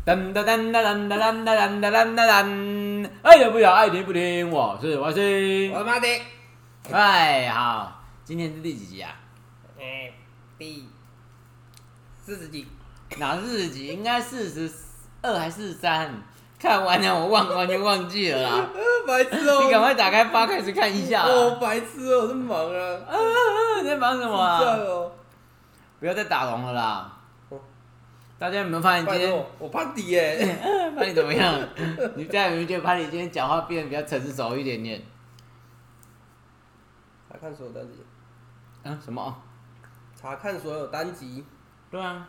噔噔噔噔噔噔噔噔噔噔，爱听不要爱听不听，我是王鑫， 我是马迪。 哎，好，今天是第几集啊？ 第40集。 哪40集？应该42还是43？看完了，我完全忘记了啦。 白痴哦！ 你赶快打开八开始看一下。 哦，白痴哦，我在忙啊。 你在忙什么啊？ 哦、 不要再打龙了啦。大家有没有发现今天我帕迪耶？ 帕迪怎么样？你大家有没有觉得帕迪今天讲话变得比较成熟一点点？ 查看所有单集。 什么？ 查看所有单集。 对啊。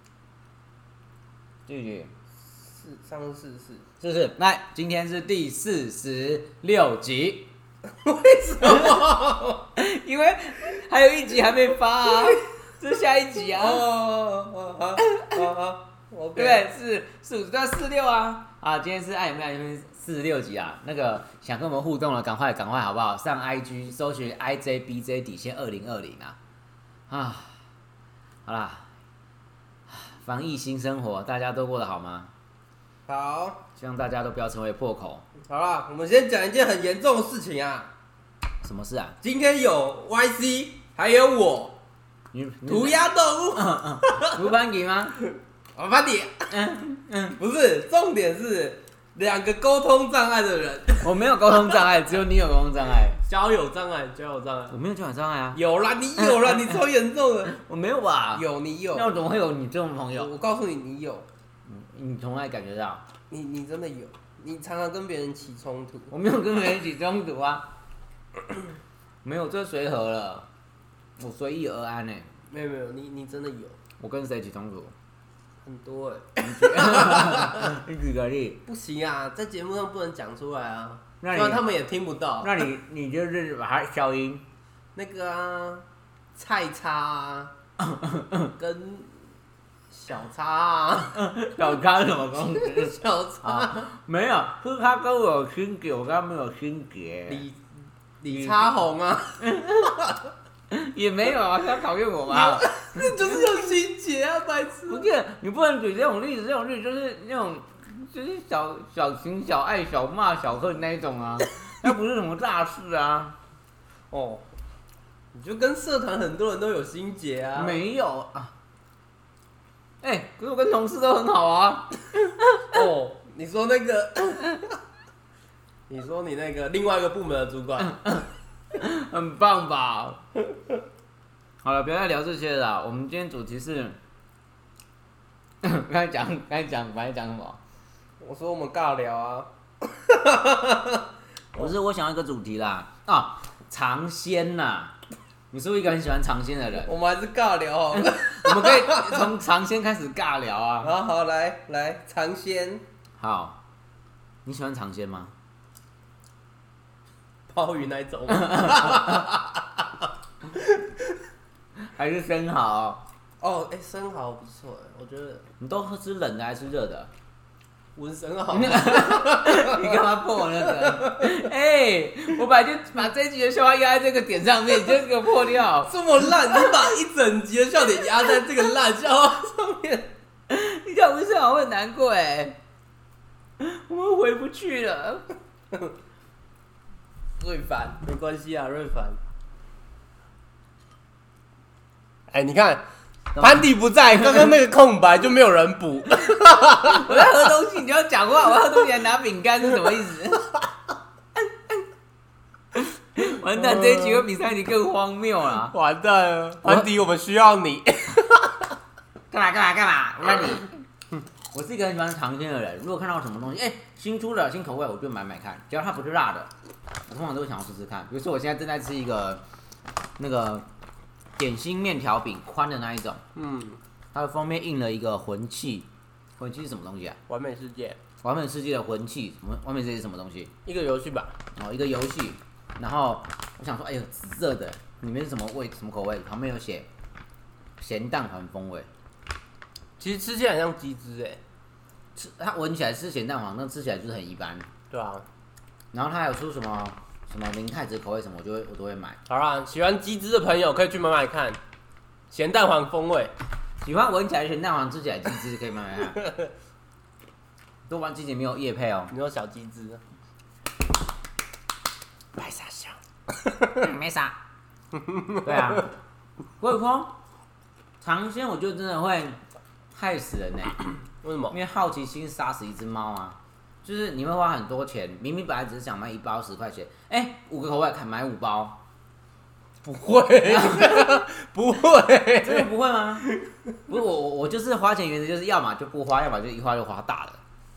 继续。 上次是不是？来，今天是第46集。 为什么？ 因为还有一集还没发啊，这是下一集啊。 对不对？45到46啊。啊，今天是爱有没有46集啊？那个想跟我们互动了，赶快好不好？上 IG 搜寻 IJBJ 底线2020啊。啊，好啦，防疫新生活，大家都过得好吗？ 好， 希望大家都不要成为破口。 好啦，我们先讲一件很严重的事情啊。 什么事啊？ 今天有 YC， 还有我，涂鸦动物， 卢班吉吗？ 我帕迪。不是，重点是2个沟通障碍的人。 我没有沟通障碍，只有你有沟通障碍。 交友障碍。 我没有交友障碍啊。 有啦，你有啦，你超严重的。 我没有吧？ 有，你有。 那我怎么会有你这种朋友？ 我告诉你，你有。 你从哪里感觉到？ 你真的有，你常常跟别人起冲突。 我没有跟别人起冲突啊，没有，这随和了，我随遇而安呢。 没有，你真的有。 我跟谁起冲突？ 很多哎。 你举个例。 不行啊，在节目上不能讲出来啊，不那然他们也听不到。 那你就是把它消音。 那个啊，菜叉啊，跟小叉啊。 小叉是什么东西？ 小叉、 没有，是他跟我有心结，我跟他没有心结。 李叉红啊。 也没有啊，他讨厌我吧？ 这就是有心结啊，白痴！ 不是，你不能举这种例子，这种例子就是那种，就是小情小爱、小骂小恨那一种啊，那不是什么大事啊。 哦，你就跟社团很多人都有心结啊。 没有啊。可是我跟同事都很好啊。 哦，你说那个，你说你那个另外一个部门的主管。 很棒吧？好了，不要再聊这些了啦。我们今天主题是，刚才讲什么？ 我说我们尬聊啊。 不是，我想要一个主题啦。啊，尝鲜呐！你是不是一个很喜欢尝鲜的人？ 我们还是尬聊好了。 我们可以从尝鲜开始尬聊啊。 好，来尝鲜。 好，你喜欢尝鲜吗？ 鲍鱼那种。 还是生蚝？ 哦，生蚝不错哎，我觉得。 你都吃冷的还是热的？ 文生蚝。 你干嘛破我那个？我本来就把这一集的笑话压在这个点上面，你就给我破掉。 这么烂，你把一整集的笑点压在这个烂笑话上面， 你讲文生蚝会很难过哎。我们回不去了。 瑞凡，没关系啊，瑞凡。你看，潘迪不在，刚刚那个空白就没有人补。 我在喝东西，你就要讲话；我要喝东西还拿饼干，是什么意思？完蛋，这一集会比上一集更荒谬啦！ 完蛋了，潘迪，我们需要你。 干嘛？我问你。我是一个很喜欢尝鲜的人，如果看到什么东西，新出的新口味，我就买看。只要它不是辣的，我通常都会想要试试看。比如说，我现在正在吃一个那个点心面条饼，宽的那一种。它的封面印了一个魂器。魂器是什么东西啊？ 完美世界。 完美世界的魂器，完美世界是什么东西？ 一个游戏吧。 一个游戏。然后我想说，紫色的，里面是什么口味？旁边有写咸蛋黄风味。 其实吃起来很像鸡汁它闻起来是咸蛋黄，但吃起来就是很一般。 对啊。 然后它还有出什么明太子口味什么，我都会买。 好啦，喜欢鸡汁的朋友可以去买看，咸蛋黄风味。 喜欢闻起来咸蛋黄，吃起来鸡汁可以买买看。 多玩季节没有业配哦。 你说小鸡只， 白傻笑，没啥。对啊，所以说尝鲜我觉得真的会害死人呢。 为什么？ 因为好奇心杀死一只猫啊。就是你会花很多钱，明明本来只是想买1包10块钱，5个口味买5包， 不会，不会， 真的不会吗？不是我就是花钱原则就是要么就不花，要么就一花就花大了。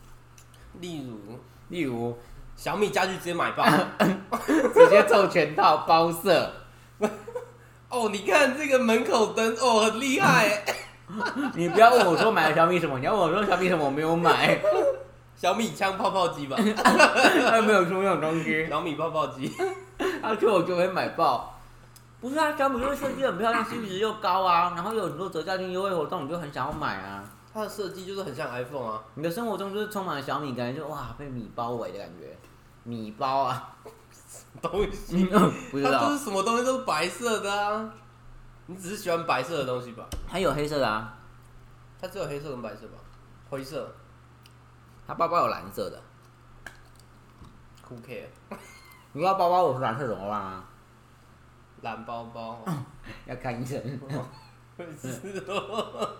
例如小米家具直接买爆， 直接凑全套包色。 哦，你看这个门口灯，哦，很厉害。 你不要问我说买了小米什么，你要问我说小米什么我没有买。 小米枪泡泡机吧， 他没有出那种东西。 小米泡泡机， 他说我就会买爆。不是啊，小米就是设计很漂亮，CP值又高啊，然后有很多折价券优惠活动，你就很想要买啊。 它的设计就是很像 iPhone 啊。 你的生活中就是充满了小米，感觉就哇被米包围的感觉。米包啊， 东西， 不知道。 它就是什么东西都是白色的啊。你只是喜欢白色的东西吧？ 还有黑色的啊。 它只有黑色跟白色吧？灰色。 它包包有蓝色的。 Who care？ 你要包包我是蓝色怎么办啊？ 蓝包包。 要看医生。 是哦。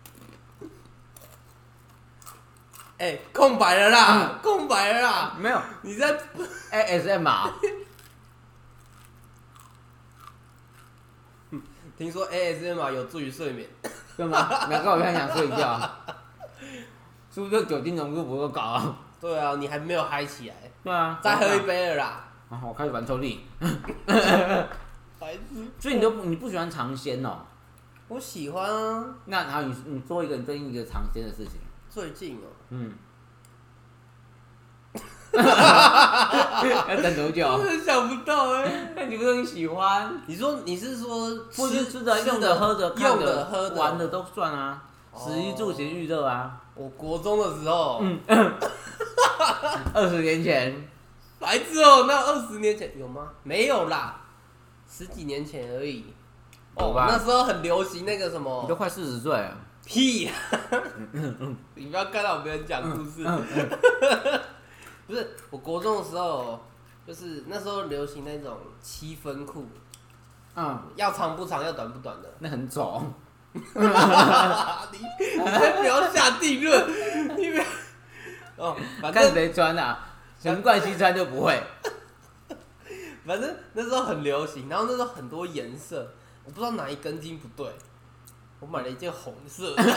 空白了啦，空白了啦。 没有， 你在 ASM 啊？ 听说 ASMR 有助于睡眠， 对吗？难怪我现在想睡觉。是不是酒精浓度不够高啊？ 对啊，你还没有嗨起来。 对啊。 再喝一杯了啦。 啊，我开始玩抽屉。 白痴。 所以你不喜欢尝鲜哦？ 我喜欢啊。 那好，你做一个你最近一个尝鲜的事情。 最近哦。 要等多久？ 我真的想不到那你不是很喜欢？ 你是说不是吃的、用的、喝的、 用的、喝的、 玩的都算啊，食衣住行娱乐啊。 我国中的时候 ，20年前， 白痴哦，那20年前有吗？没有啦，10几年前而已。那时候很流行那个什么， 你都快40岁了。 屁！你不要看到别人讲故事。不是，我国中的时候，就是那时候流行那种7分裤，要长不长，要短不短的。 那很丑。 你先不要下定论，你不要。反正看谁穿啊，陈冠希穿就不会。 反正那时候很流行，然后那时候很多颜色，我不知道哪一根筋不对。我买了一件红色的，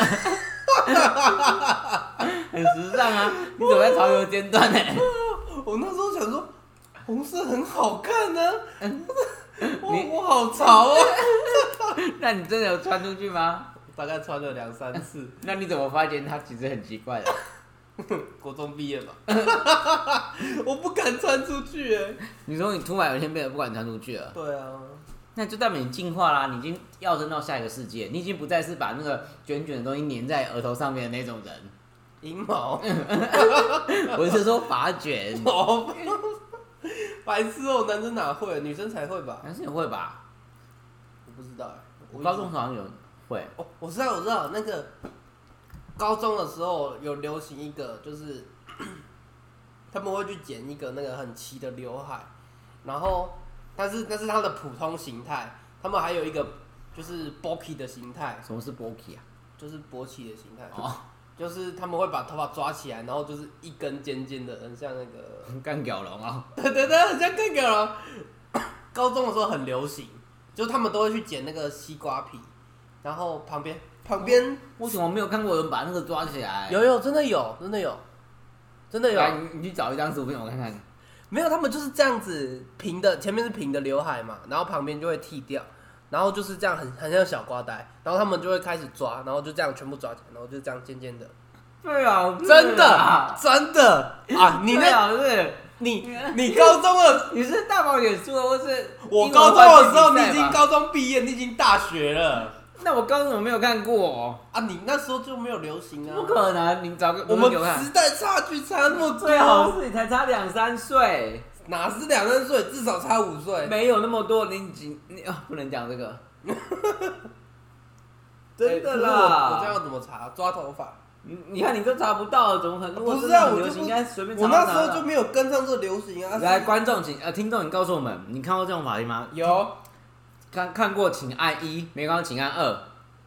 很时尚啊！你走在潮流尖端呢？ 我那时候想说，红色很好看呢、我好潮啊！ 那你真的有穿出去吗？ 大概穿了2-3次。 那你怎么发现它其实很奇怪的？ 国中毕业吧，我不敢穿出去哎。 你说你突然有一天变得不敢穿出去了？ 对啊。 那就代表你进化啦，你已经跃升到下一个世界，你已经不再是把那个卷卷的东西粘在额头上面的那种人。 阴毛。 我是说发卷。 白痴哦，男生哪会？女生才会吧？ 男生也会吧？ 我不知道哎。 我高中好像有会。 哦，我知道，那个高中的时候有流行一个，就是他们会去剪一个那个很齐的刘海，然后那是它的普通形态，他们还有一个就是勃起的形态。 什么是勃起啊？ 就是勃起的形态。 哦。 就是他们会把头发抓起来，然后就是一根尖尖的，很像那个干屌龙啊。 对，很像干屌龙。高中的时候很流行，就是他们都会去剪那个西瓜皮，然后旁边为什么没有看过有人把那个抓起来？ 有，真的有。 来，你去找一张图片我看看。 没有，他们就是这样子平的，前面是平的刘海嘛，然后旁边就会剃掉，然后就是这样很像小瓜呆，然后他们就会开始抓，然后就这样全部抓起来，然后就这样尖尖的。 对啊， 真的啊！你那是你高中的你是大宝演出的，或是我高中的时候你已经高中毕业，你已经大学了。 那我高中怎么没有看过啊？你那时候就没有流行啊？ 不可能，你找个我们时代差距差那么多， 最好是你才差2-3岁， 哪是2-3岁，至少差5岁， 没有那么多。你不能讲这个， 真的啦！我这样怎么查？抓头发？ 你看你都查不到，怎么可能？如果不是啊， 很流行，应该随便查我都查得到。 那时候就没有跟上这个流行啊。 来，观众听众，你告诉我们，你看过这种法律吗？ 有。 看过请按1，没看过请按2。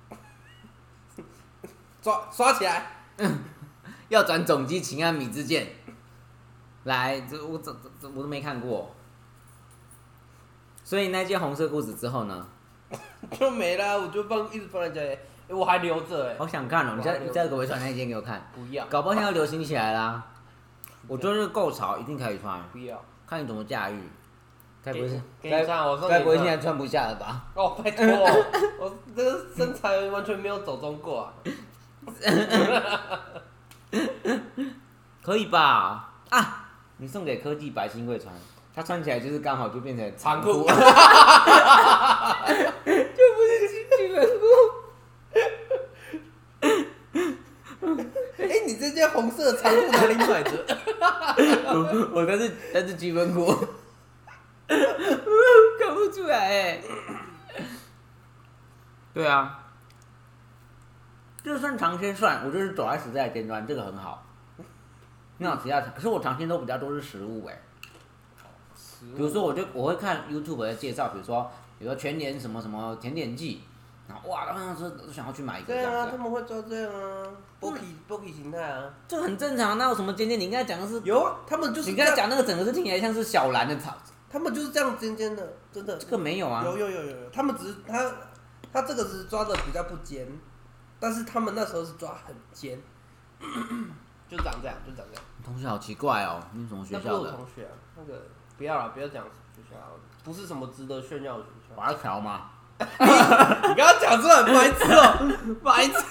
刷起来。 要转总机请按米字键。来，我都没看过。所以那件红色裤子之后呢？ 就没了，我就一直放在家里。我还留着哎。 好想看哦！你再可不可以传那件给我看？ 不要。 搞不好现在流行起来啦。我觉得够潮，一定可以穿。 不要。 看你怎么驾驭。该不是？ 给你看，我说该不会现在穿不下了吧？ 哦，拜托，我这个身材完全没有走中过啊。 可以吧？啊，你送给科技白新贵穿，他穿起来就是刚好就变成长裤， 就不是基本裤。 哎，你这件红色的长裤哪里买的？ 我那是基本裤，看不出来哎。对啊。就算长线算，我就是走在时代尖端，这个很好。那种其他，可是我长线都比较多是食物哎。比如说，我会看 YouTube 的介绍，比如说全年什么什么甜点季，然后哇，然后都想要去买一个这样子。 对啊，他们会做这样啊 ，Boki 形态啊， 这很正常。那有什么尖尖？你刚才讲的是有啊，他们就是你刚才讲那个整个是听起来像是小蓝的草， 他们就是这样尖尖的，真的。 这个没有啊。 有，他们只是他这个只是抓的比较不尖。但是他们那时候是抓很尖，就长这样。 同学好奇怪哦，你什么学校的？ 那不是我同学啊，那个不要讲学校，不是什么值得炫耀的学校。 华侨吗？ 你刚刚讲出来很白痴哦，白痴！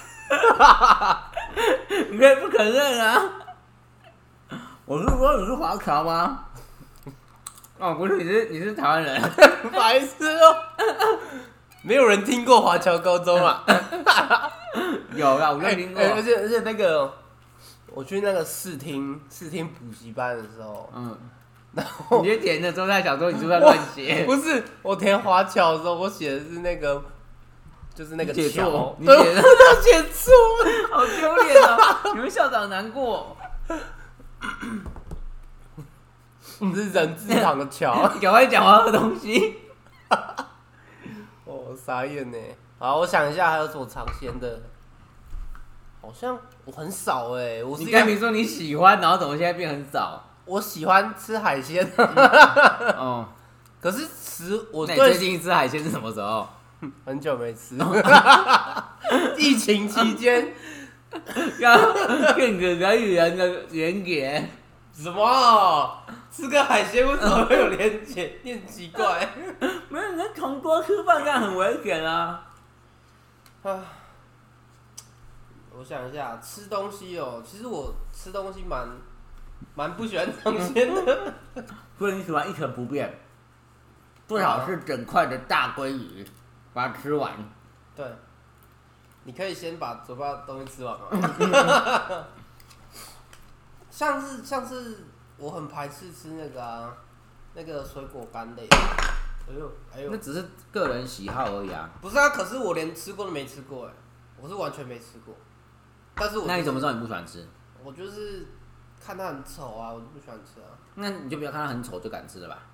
你可以不承认啊？我是说你是华侨吗？哦，不是，你是台湾人， 白痴哦！没有人听过华侨高中啊？ 有啦，我就听过。 而且那个，我去那个视听补习班的时候，然后你填的时候在想说你是不是在乱写？ 不是，我填华侨的时候，我写的是那个，就是那个错， 你写的写错， 好丢脸哦！你们校长难过。 你是人字旁的侨， 你赶快讲话的东西。 哦，傻眼呢。好，我想一下还有什么尝鲜的，好像我很少哎。 你刚明说你喜欢，然后怎么现在变很少？ 我喜欢吃海鲜。 哦， 可是我那你最近吃海鲜是什么时候？ 很久没吃。疫情期间。 要更个人与人的连结。 什么？吃个海鲜为什么会有连结？你很奇怪。 没有，你在同桌吃饭这样很危险啊！ 我想一下，吃东西哦，其实我吃东西蛮不喜欢尝鲜的。 所以你喜欢一成不变，最好是整块的大鲑鱼，把它吃完。 对，你可以先把嘴巴的东西吃完嘛。像是我很排斥吃那个啊，那个水果干类的。哎呦， 那只是个人喜好而已啊。 不是啊，可是我连吃过都没吃过哎，我是完全没吃过。但是那你怎么知道你不喜欢吃？ 我就是看它很丑啊，我就不喜欢吃啊。 那你就不要看它很丑就敢吃了吧？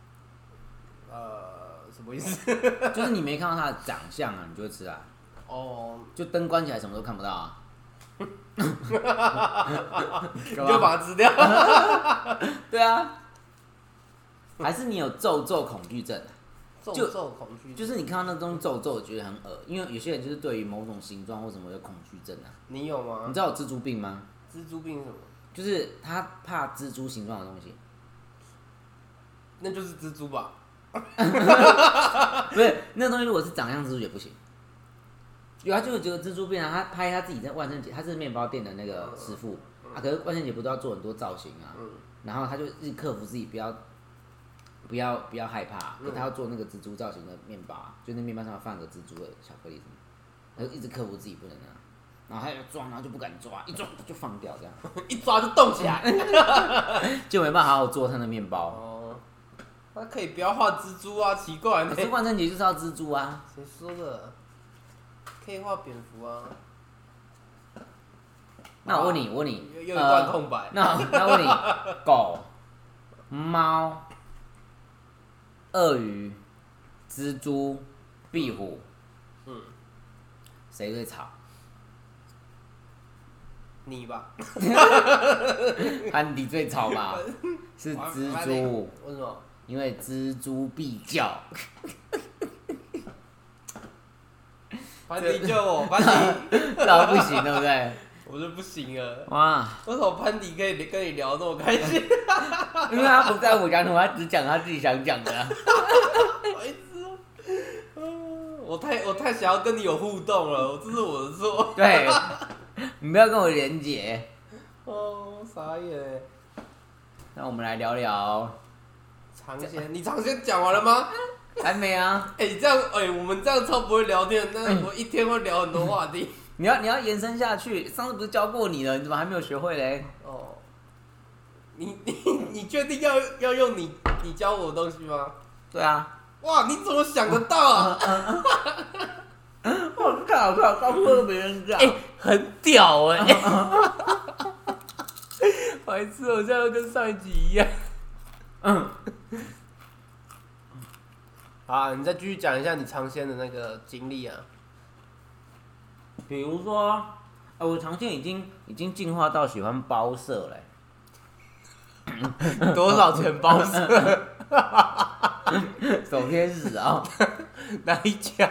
什么意思？ 就是你没看到它的长相啊，你就会吃啊。 哦， 就灯关起来什么都看不到啊。 你就把它吃掉。 对啊。还是你有皱恐惧症啊？ 皱恐惧症就是你看到那东西皱，觉得很恶，因为有些人就是对于某种形状或什么有恐惧症啊。 你有吗？ 你知道有蜘蛛病吗？ 蜘蛛病是什么？ 就是他怕蜘蛛形状的东西。 那就是蜘蛛吧？ 不是，那东西如果是长相蜘蛛也不行。有他就有这个蜘蛛病啊，他拍他自己在万圣节，他是面包店的那个师傅啊，可是万圣节不都要做很多造型啊？然后他就一直克服自己不要害怕，可他要做那个蜘蛛造型的面包啊，就那面包上放个蜘蛛的巧克力什么，他就一直克服自己不能啊，然后他要抓，然后就不敢抓，一抓就放掉，这样一抓就动起来， 就没办法好好做他的面包。 哦，他可以不要画蜘蛛啊，奇怪。 可是万圣节就是要蜘蛛啊。 谁说的？可以画蝙蝠啊。 那我问你， 又一段空白。 那我问你，狗、猫、鳄鱼、蜘蛛、壁虎，谁最吵？ 你吧。 潘迪最吵吧？是蜘蛛。 为什么？ 因为蜘蛛必叫。 潘迪救我，潘迪。 这不行，对不对？ 我就不行了。 哇！ 为什么潘迪可以跟你聊那么开心？ 因为他不在乎讲什么，他只讲他自己想讲的。 白痴哦！我太想要跟你有互动了，这是我的错。 对，你不要跟我连结。 哦，傻眼。 那我们来聊聊尝鲜，你尝鲜讲完了吗？ 还没啊？ 这样，我们这样超不会聊天，那我一天会聊很多话题。 你要延伸下去，上次不是教过你了，你怎么还没有学会嘞？ 哦，你确定要用你教我的东西吗？ 对啊。 哇，你怎么想得到啊？ 我靠，到处都没人讲。 很屌白痴，我现在跟上一集一样。好，你再继续讲一下你尝鲜的那个经历啊。 比如说，我尝鲜已经进化到喜欢包色嘞。 多少钱包色？ 手贴纸啊？ 哪一家？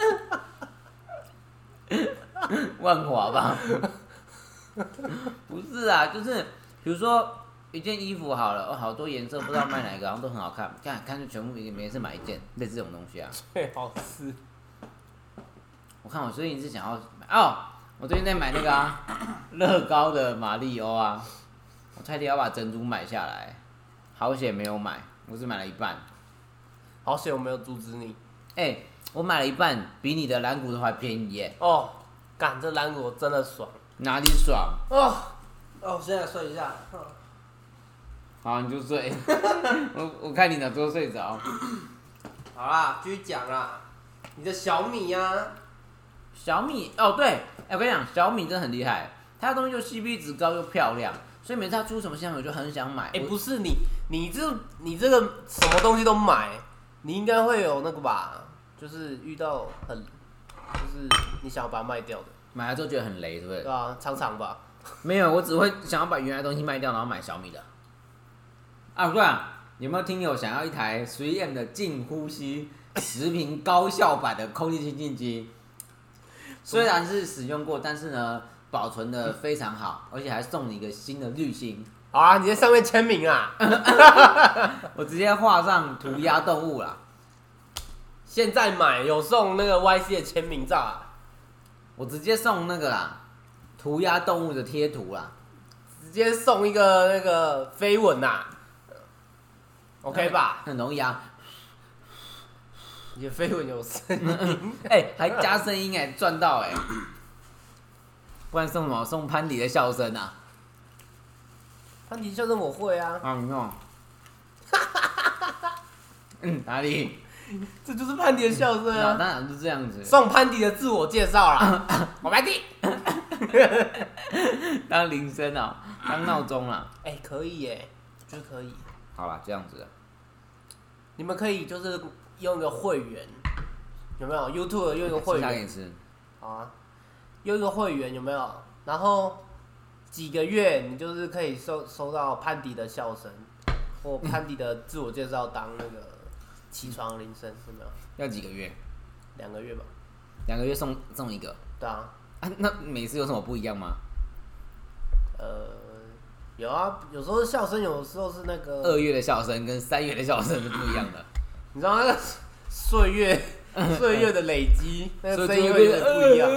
万华吧？不是啊，就是比如说一件衣服好了，好多颜色不知道卖哪一个，好像都很好看，看就全部每次买一件，类似这种东西啊。 最好吃。 我看我最近是想要买我最近在买那个乐高的马里欧啊，我差点要把珍珠买下来，好险没有买，我只买了一半。 好险我没有阻止你。 我买了一半，比你的蓝骨头还便宜耶。 干这蓝骨真的爽。 哪里爽？ 现在睡一下。 好，你就睡。我看你哪时候睡着。 好啦，继续讲啦。你的小米啊， 小米对，我跟你讲，小米真的很厉害，它的东西就 CP 值高又漂亮，所以每次它出什么新产品我就很想买。 不是你这个什么东西都买，你应该会有那个吧？就是遇到就是你想要把它卖掉的， 买了之后觉得很雷，对不对？ 对啊，常常吧。 没有，我只会想要把原来的东西卖掉，然后买小米的。对啊，有没有听友想要一台 3M 的净呼吸10瓶高效版的空气清净机？虽然是使用过，但是呢，保存的非常好，而且还送你一个新的滤芯。 好啊，你在上面签名啊！ 我直接画上涂鸦动物啦。 现在买有送那个 YC 的签名照啊！ 我直接送那个啦，涂鸦动物的贴图啦， 直接送一个那个飞吻呐，OK 吧？ 很容易啊。 你的飞吻有声音， 还加声音赚到不然送什么？送潘迪的笑声啊！ 潘迪笑声我会啊。 你弄。哪里？ 这就是潘迪的笑声啊！ 当然是这样子。 送潘迪的自我介绍啦，我潘迪。 当铃声当闹钟啦。 可以耶，我觉得可以。 好啦，这样子。 你们可以就是用一个会员，有没有 ？YouTube 用一个会员。好啊，用一个会员有没有？然后几个月你就是可以收到潘迪的笑声，或潘迪的自我介绍当那个起床铃声，有没有？ 要几个月 ？2个月吧。 2个月送一个。 对啊。 那每次有什么不一样吗？ 有啊，有时候笑声，有时候是那个 2月的笑声跟3月的笑声是不一样的。 你知道那个岁月的累积，那个声音会有点不一样。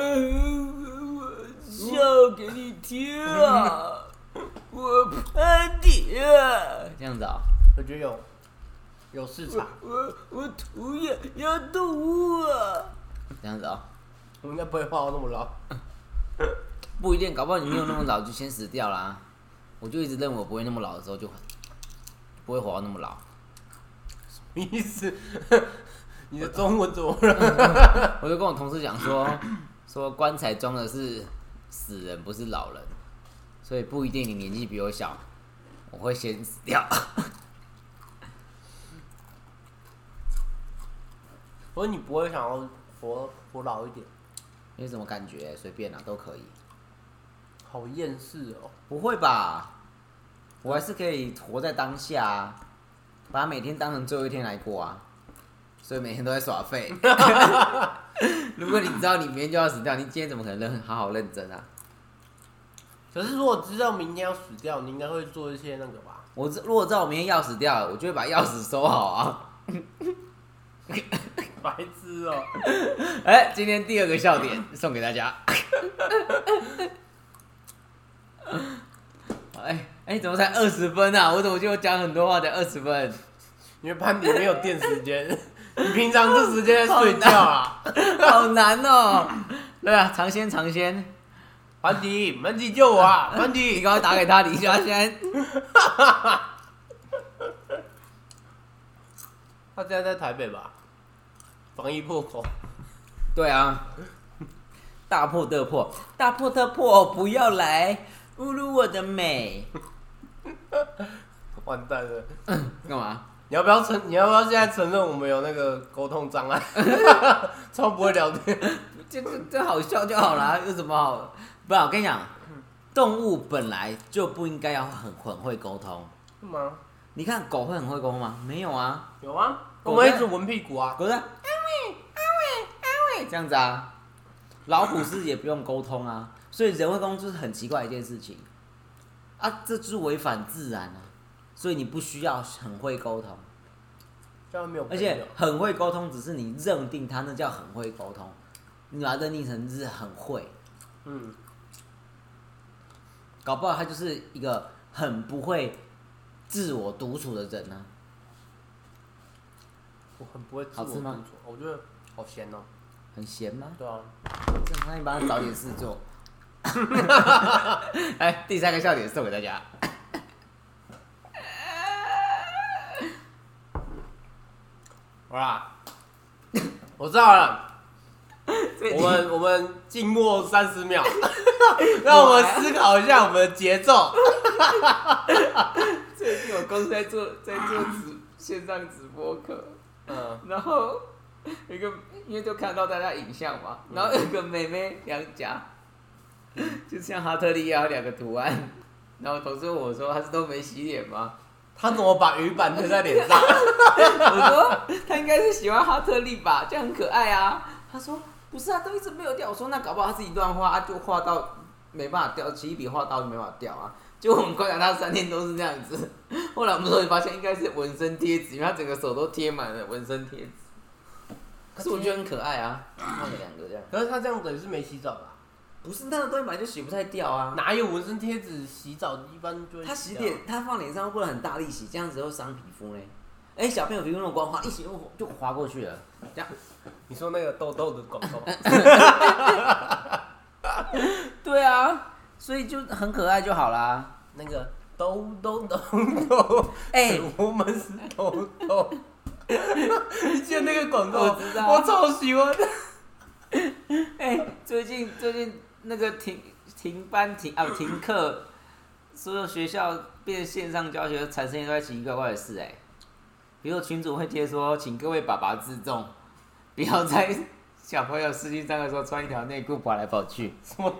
笑给你听啊，我潘迪啊，这样子我觉得有市场。 我涂鸦要动物啊，这样子我应该不会画到那么老。 不一定，搞不好你没有那么老就先死掉啦。我就一直认为我不会那么老的时候就不会活到那么老。 什么意思？你的中文怎么了？ 我就跟我同事讲说棺材装的是死人，不是老人。 所以不一定你年纪比我小，我会先死掉。 所以你不会想要活老一点？ 有什么感觉？随便啊，都可以。 好厌世哦！ 不会吧？我还是可以活在当下啊，把每天当成最后一天来过啊。所以每天都在耍废。如果你知道你明天就要死掉，你今天怎么可能好好认真啊？ 可是如果知道明天要死掉，你应该会做一些那个吧？ 如果知道我明天要死掉了，我就会把钥匙收好啊。 白痴哦！ 今天第2个笑点送给大家。怎么才20分啊？我怎么就讲很多话才20分？ 因为潘迪没有电时间，你平常这时间在睡觉啊， 好难哦。对啊，尝鲜。 潘迪救我啊！潘迪， 你赶快打给他，李嘉轩。 他现在在台北吧？防疫破口。 对啊，大破特破，大破特破，不要来侮辱我的美。 完蛋了！ 干嘛？ 你要不要现在承认我们有那个沟通障碍？超不会聊天。 这好笑就好啦，有什么好？不然我跟你讲，动物本来就不应该要很会沟通。 是吗？ 你看狗会很会沟通吗？没有啊。 有啊，我们一直闻屁股啊。 狗在安慰这样子啊。老虎是也不用沟通啊，所以人会沟通就是很奇怪的一件事情啊，这就是违反自然啊。所以你不需要很会沟通， 这样没有。 而且很会沟通只是你认定他那叫很会沟通，你把它认定成是很会。搞不好他就是一个很不会自我独处的人呢。 我很不会自我独处。 好吃吗？ 我觉得好咸哦。 很闲吗？ 对啊。 那你帮他找点事做。第3个笑点送给大家。 好啦，我知道了。我们静默30秒，让我们思考一下我们的节奏。 最近我公司在做线上直播课，然后因为就看到大家影像嘛，然后有一个妹妹两颊，就像哈特利亚2个图案，然后同事问我说她是都没洗脸吗？ 他怎么把鱼板贴在脸上？ 我说他应该是喜欢哈特利吧，这样很可爱啊。他说不是啊，都一直没有掉。我说那搞不好他自己乱画，就画到没办法掉，起一笔画到就没办法掉啊。结果我们观察他3天都是这样子，后来我们终于发现应该是纹身贴纸，因为他整个手都贴满了纹身贴纸。可是我觉得很可爱啊，画了2个这样。 可是他这样等于是没洗澡吧？ 不是，那个东西本来就洗不太掉啊。 哪有纹身贴纸洗澡一般就会洗掉？ 他洗脸，他放脸上不能很大力洗，这样子会伤皮肤呢。小朋友皮肤那么光滑，一洗就滑过去了。这样， 你说那个痘痘的广告？ 对啊，所以就很可爱就好啦。 那个兜，我们是兜。你记得那个广告？ 我知道， 我超喜欢的。 最近那个停班停课，所有学校变线上教学，产生一堆奇奇怪怪的事比如说群主会贴说，请各位爸爸自重，不要在小朋友视讯上的时候穿一条内裤跑来跑去。什么？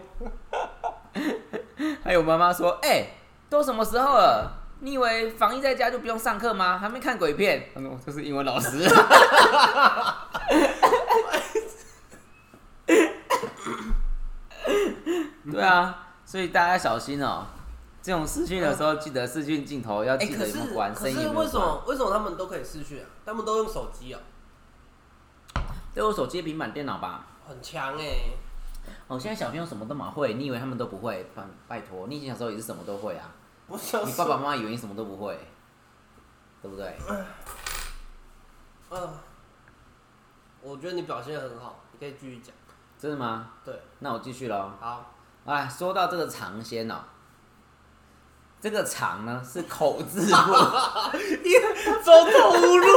还有妈妈说，都什么时候了？你以为防疫在家就不用上课吗？还没看鬼片？他说这是英文老师。对啊，所以大家小心哦。这种视讯的时候，记得视讯镜头要记得有没有关，声音有没有关。 可是为什么他们都可以视讯啊？他们都用手机啊？ 都有手机、平板电脑吧？ 很强现在小朋友什么都蛮会，你以为他们都不会？拜托，你以前小时候也是什么都会啊。你爸爸妈妈以为你什么都不会，对不对？ 我觉得你表现得很好，你可以继续讲。 真的吗？ 对， 那我继续喽。 好， 说到这个尝鲜这个尝呢是口字部， 走投无路。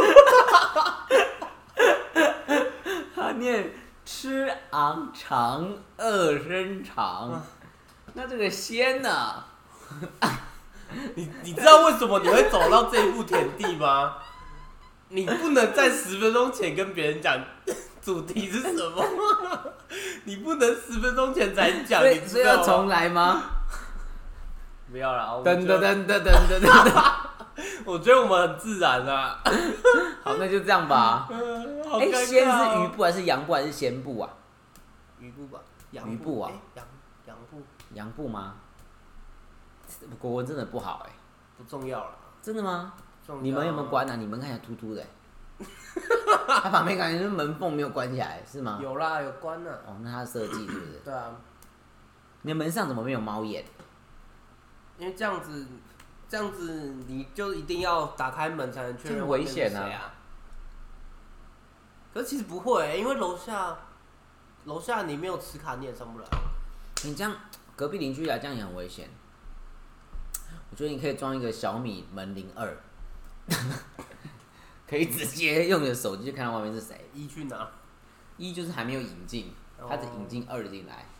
他念吃昂长，2声长。那这个鲜呢， 你知道为什么你会走到这一步田地吗？你不能在10分钟前跟别人讲主题是什么，你不能10分钟前才讲，你所以要重来吗？ 不要啦， 噔噔噔噔噔噔噔。 我觉得我们很自然啊。 好，那就这样吧。 好尴尬哦先是鱼部还是羊部还是鲜部啊？ 鱼部吧， 鱼部啊， 羊部， 羊部吗？国文真的不好不重要啦。 真的吗？ 重要你们有没有关啊？你们看起来突突的它旁边感觉是门缝没有关起来，是吗？ 有啦，有关啦。 哦，那它设计是不是？ 对啊， 你的门上怎么没有猫眼？ 因为这样子你就一定要打开门才能确认外面是谁这很危险啊。可是其实不会因为楼下你没有磁卡你也上不来。 你这样隔壁邻居来，这样也很危险。我觉得你可以装一个小米门铃2，可以直接用你的手机就看到外面是谁。 一去哪？ 一就是还没有引进，它只引进2进来。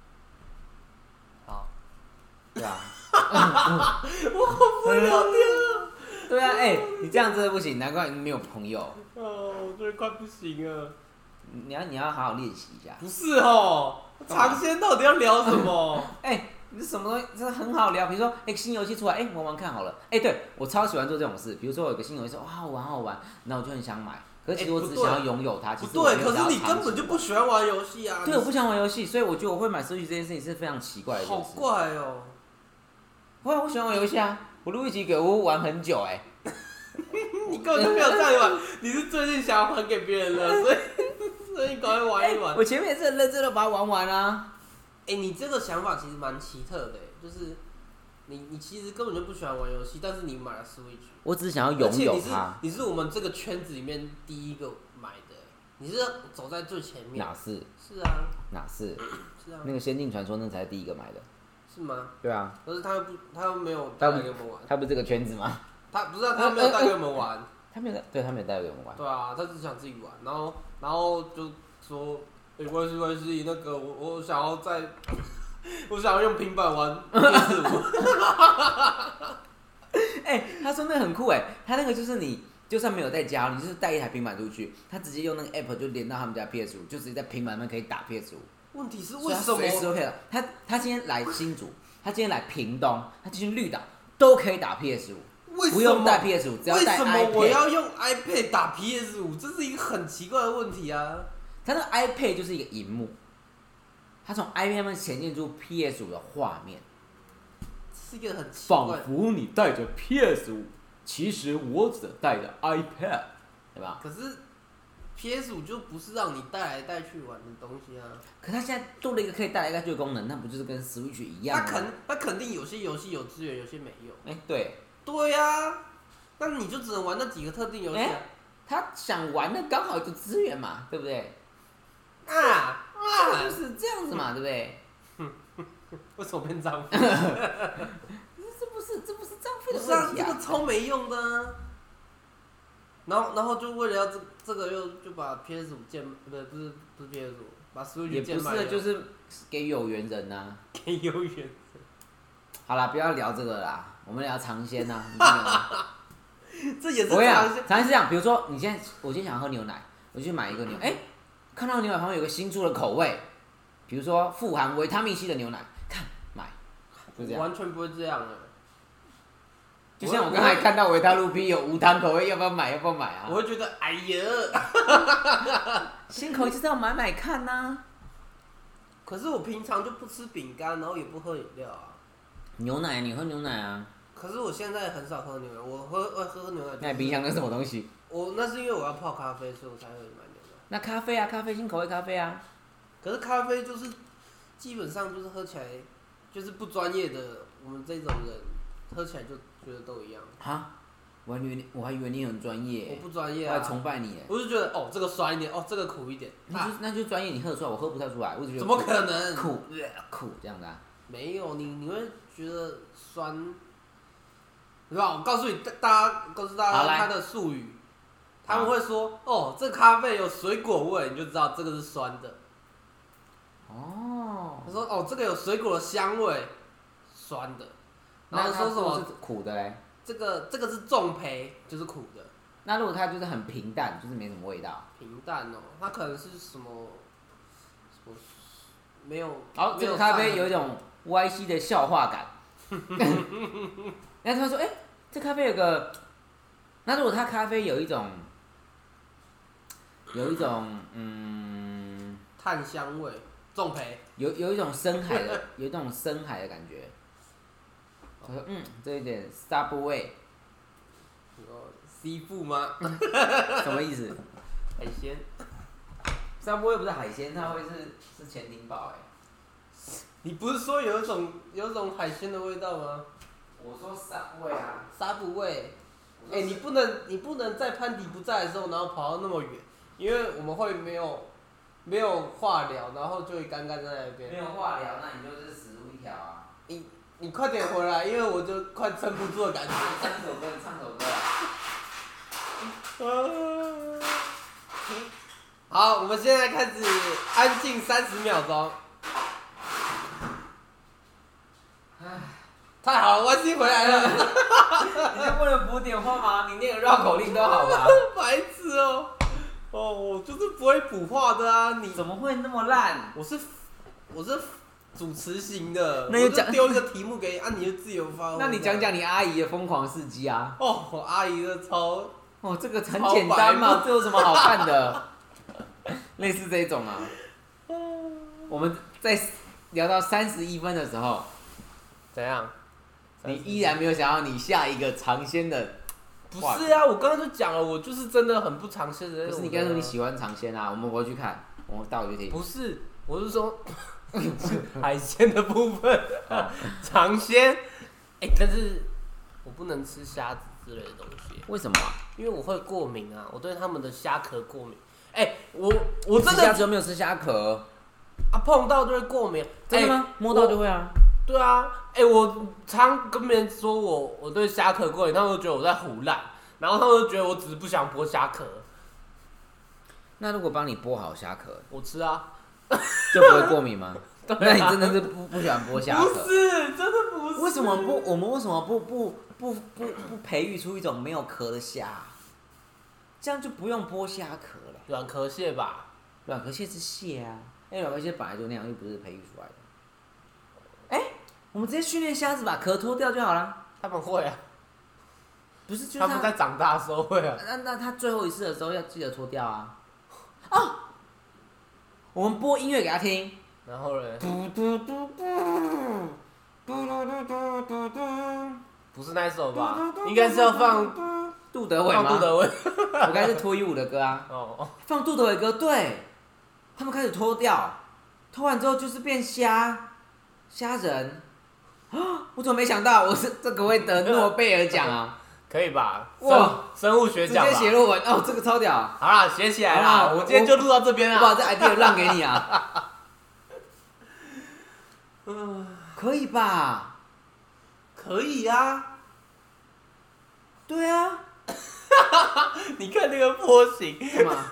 好， 对啊。 我好不聊天了。 对啊，你这样真的不行，难怪你没有朋友。 我觉得快不行了。 你要好好练习一下。 不是哦，尝鲜到底要聊什么？ 你什么东西真的很好聊，比如说，新游戏出来，玩玩看好了。对我超喜欢做这种事，比如说有个新游戏说，哇，好玩好玩，那我就很想买。可是其实我只是想要拥有它。 不对，可是你根本就不喜欢玩游戏啊。 对，我不想玩游戏，所以我觉得我会买Switch这件事情是非常奇怪的一件事。 好怪哦。 我喜欢玩游戏啊，我录一集给我玩很久你根本就没有这样玩，你是最近想要还给别人了，所以你赶快玩一玩。 我前面也是很认真的把它玩完啊。 你这个想法其实蛮奇特的，就是你其实根本就不喜欢玩游戏，但是你买了 Switch。 我只是想要拥有它。 你是我们这个圈子里面第一个买的，你是走在最前面。 哪是？ 是啊。 哪是？ 是啊。 那个《仙境传说》那才是第一个买的。 是吗？ 对啊。 可是他又没有带给我们玩。 他不是这个圈子吗？ 他不是他没有带给我们玩。 他没有带给我们玩。 对啊，他只想自己玩，然后就说，关系，那个我想要我想要用平板玩 PS5。 他说那个很酷他那个就是你就算没有在家，你就是带一台平板出去，他直接用那个 app 就连到他们家 PS5，就直接在平板上可以打 PS5。 问题是为什么？ 随时都可以打。他今天来新竹，他今天来屏东，他今天绿岛都可以打 PS5。不用带 PS5，只要带 iPad。 为什么我要用 iPad 打 PS5？这是一个很奇怪的问题啊！ 它那个 iPad 就是一个萤幕，它从 iPad 上面显现出 PS5 的画面， 是一个很奇怪。 仿佛你带着 PS5，其实我只带着 iPad， 对吧？ 可是 PS5 就不是让你带来带去玩的东西啊。 可它现在多了一个可以带来带去的功能，那不就是跟 Switch 一样吗？ 它肯定有些游戏有资源，有些没有。 对。 对呀，那你就只能玩那几个特定游戏啊。 他想玩的刚好就资源嘛，对不对？就是这样子嘛，对不对？ 为什么变脏？ 这不是脏废的问题啊！ 这个超没用的啊。然后就为了要这个就把 PS5 不是 PS5，把 Switch 键卖了。 也不是，就是给有缘人呐。 给有缘人。 好啦，不要聊这个啦，我们聊尝鲜呐。 这也是尝鲜。尝鲜是这样，比如说我今天想喝牛奶，我就去买一个牛奶，看到牛奶旁边有个新出的口味，比如说富含维他命 C 的牛奶，看买，就这样。 完全不会这样的。 就像我刚才看到维他露 P 有无糖口味，要不要买啊？ 我会觉得哎呀， 新口味就是要买看呐。 可是我平常就不吃饼干，然后也不喝饮料啊。 牛奶，你喝牛奶啊？ 可是我现在很少喝牛奶，我会喝牛奶。 那你冰箱那什么东西？ 那是因为我要泡咖啡，所以我才会买牛奶。 那咖啡啊，咖啡新口味咖啡啊。 可是咖啡就是基本上就是喝起来就是不专业的，我们这种人喝起来就觉得都一样。 哈？我还以为你很专业。 我不专业啊。 我还崇拜你。 我就觉得这个酸一点，这个苦一点。 那就专业，你喝得出来，我喝不太出来，我只觉得。 怎么可能？ 苦这样的啊。 没有你会觉得酸，对吧？我告诉大家它的术语，他们会说这咖啡有水果味，你就知道这个是酸的。他说这个有水果的香味，酸的。 然后说什么是苦的嘞？ 这个是重培，就是苦的。 那如果它就是很平淡，就是没什么味道。 平淡哦，它可能是什么没有。 好，这个咖啡有一种歪西的笑话感。然后他说：“这咖啡有个……那如果它咖啡有一种炭香味，重培， 有一种深海的，有一种深海的感觉。”他说：“这一点 Subway。” 西富吗？ 什么意思？ 海鲜。 Subway 不是海鲜，它会是潜艇堡你不是说有一种海鲜的味道吗？ 我说 Subway 啊。 Subway。你不能在潘迪不在的时候，然后跑到那么远，因为我们会没有话聊，然后就会尴尬在那边。 没有话聊，那你就是死路一条啊！ 你快点回来，因为我就快撑不住的感觉。 唱首歌啊！ 好，我们现在开始安静30秒钟。太好了，我已经回来了。 你就不能补点话吗？你念个绕口令都好吧？ 白痴哦！我就是不会补话的啊！你怎么会那么烂？ 我是主持型的， 那就丢一个题目给你，你就自由发挥。 那你讲你阿姨的疯狂事迹啊！ 我阿姨的超这个很简单嘛，这有什么好看的？类似这种啊。我们在聊到31分的时候， 怎样？ 你依然没有想要你下一个尝鲜的？ 不是啊，我刚刚就讲了，我就是真的很不尝鲜的。 不是你刚才说你喜欢尝鲜啊？我们回去看，我们待会就听。 不是，我是说海鲜的部分，尝鲜。但是我不能吃虾子之类的东西。 为什么啊？ 因为我会过敏啊，我对他们的虾壳过敏。我真的虾子有没有吃虾壳？ 碰到就会过敏。 真的吗？摸到就会啊。 对啊，我常跟别人说我对虾壳过敏，他们都觉得我在胡乱，然后他们都觉得我只是不想剥虾壳。 那如果帮你剥好虾壳， 我吃啊， 就不会过敏吗？那你真的是不喜欢剥虾壳？ 不是，真的不是。 为什么不？我们为什么不培育出一种没有壳的虾？这样就不用剥虾壳了。 软壳蟹吧？ 软壳蟹是蟹啊，软壳蟹本来就那样，又不是培育出来的。我们直接训练虾子把壳脱掉就好了。 他们会啊， 不是，就是他们在长大的时候会啊。 那他最后一次的时候要记得脱掉啊。我们播音乐给他听。 然后呢？不是那一首吧？应该是要放杜德伟吗？ 放杜德伟。 我该是脱衣舞的歌啊。放杜德伟歌，对。他们开始脱掉，脱完之后就是变虾人。我怎么没想到这个会得诺贝尔奖啊？ 可以吧？ 哇， 生物学奖吧。 直接写论文这个超屌。 好啦，写起来啦！我今天就录到这边啦。 我把这 idea 让给你啊。可以吧？ 可以啊。 对啊。 你看那个波形。 干嘛？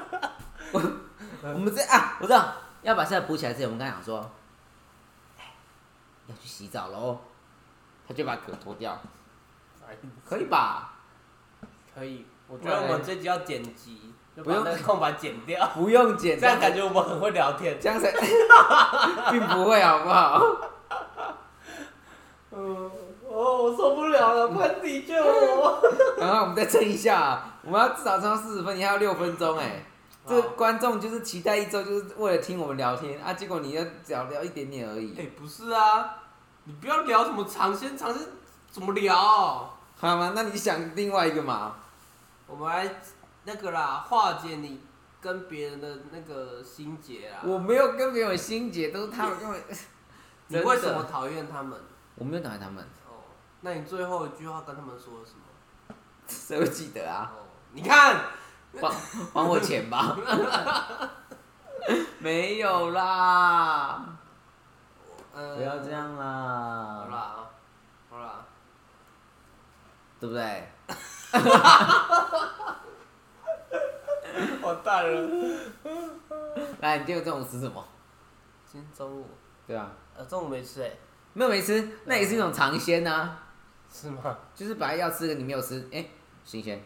我们我知道，要把菜补起来之前，我们刚讲说，要去洗澡喽，他就把壳脱掉，可以吧？ 可以，我觉得我们这集要剪辑，就把那个空白剪掉， 不用剪， 这样感觉我们很会聊天， 这样才并不会，好不好？ 我受不了了，潘迪救我！ 然后我们再撑一下，我们要至少撑到40分，你还要6分钟这个观众就是期待1周，就是为了听我们聊天啊，结果你要只要聊一点点而已。 不是啊，你不要聊什么尝鲜怎么聊？ 好吗？那你想另外一个嘛？ 我们来那个啦，化解你跟别人的那个心结啦。 我没有跟别人有心结，都是他们跟我。 你为什么讨厌他们？ 我没有讨厌他们。 那你最后一句话跟他们说了什么？ 谁会记得啊？ 你看。 还我钱吧！没有啦，不要这样啦。 好啦， 对不对？ 完蛋了。 来，你今天中午吃什么？ 今天中午。 对啊。 中午没吃没有没吃，那也是一种尝鲜啊。 是吗？ 就是本来要吃的你没有吃，新鲜。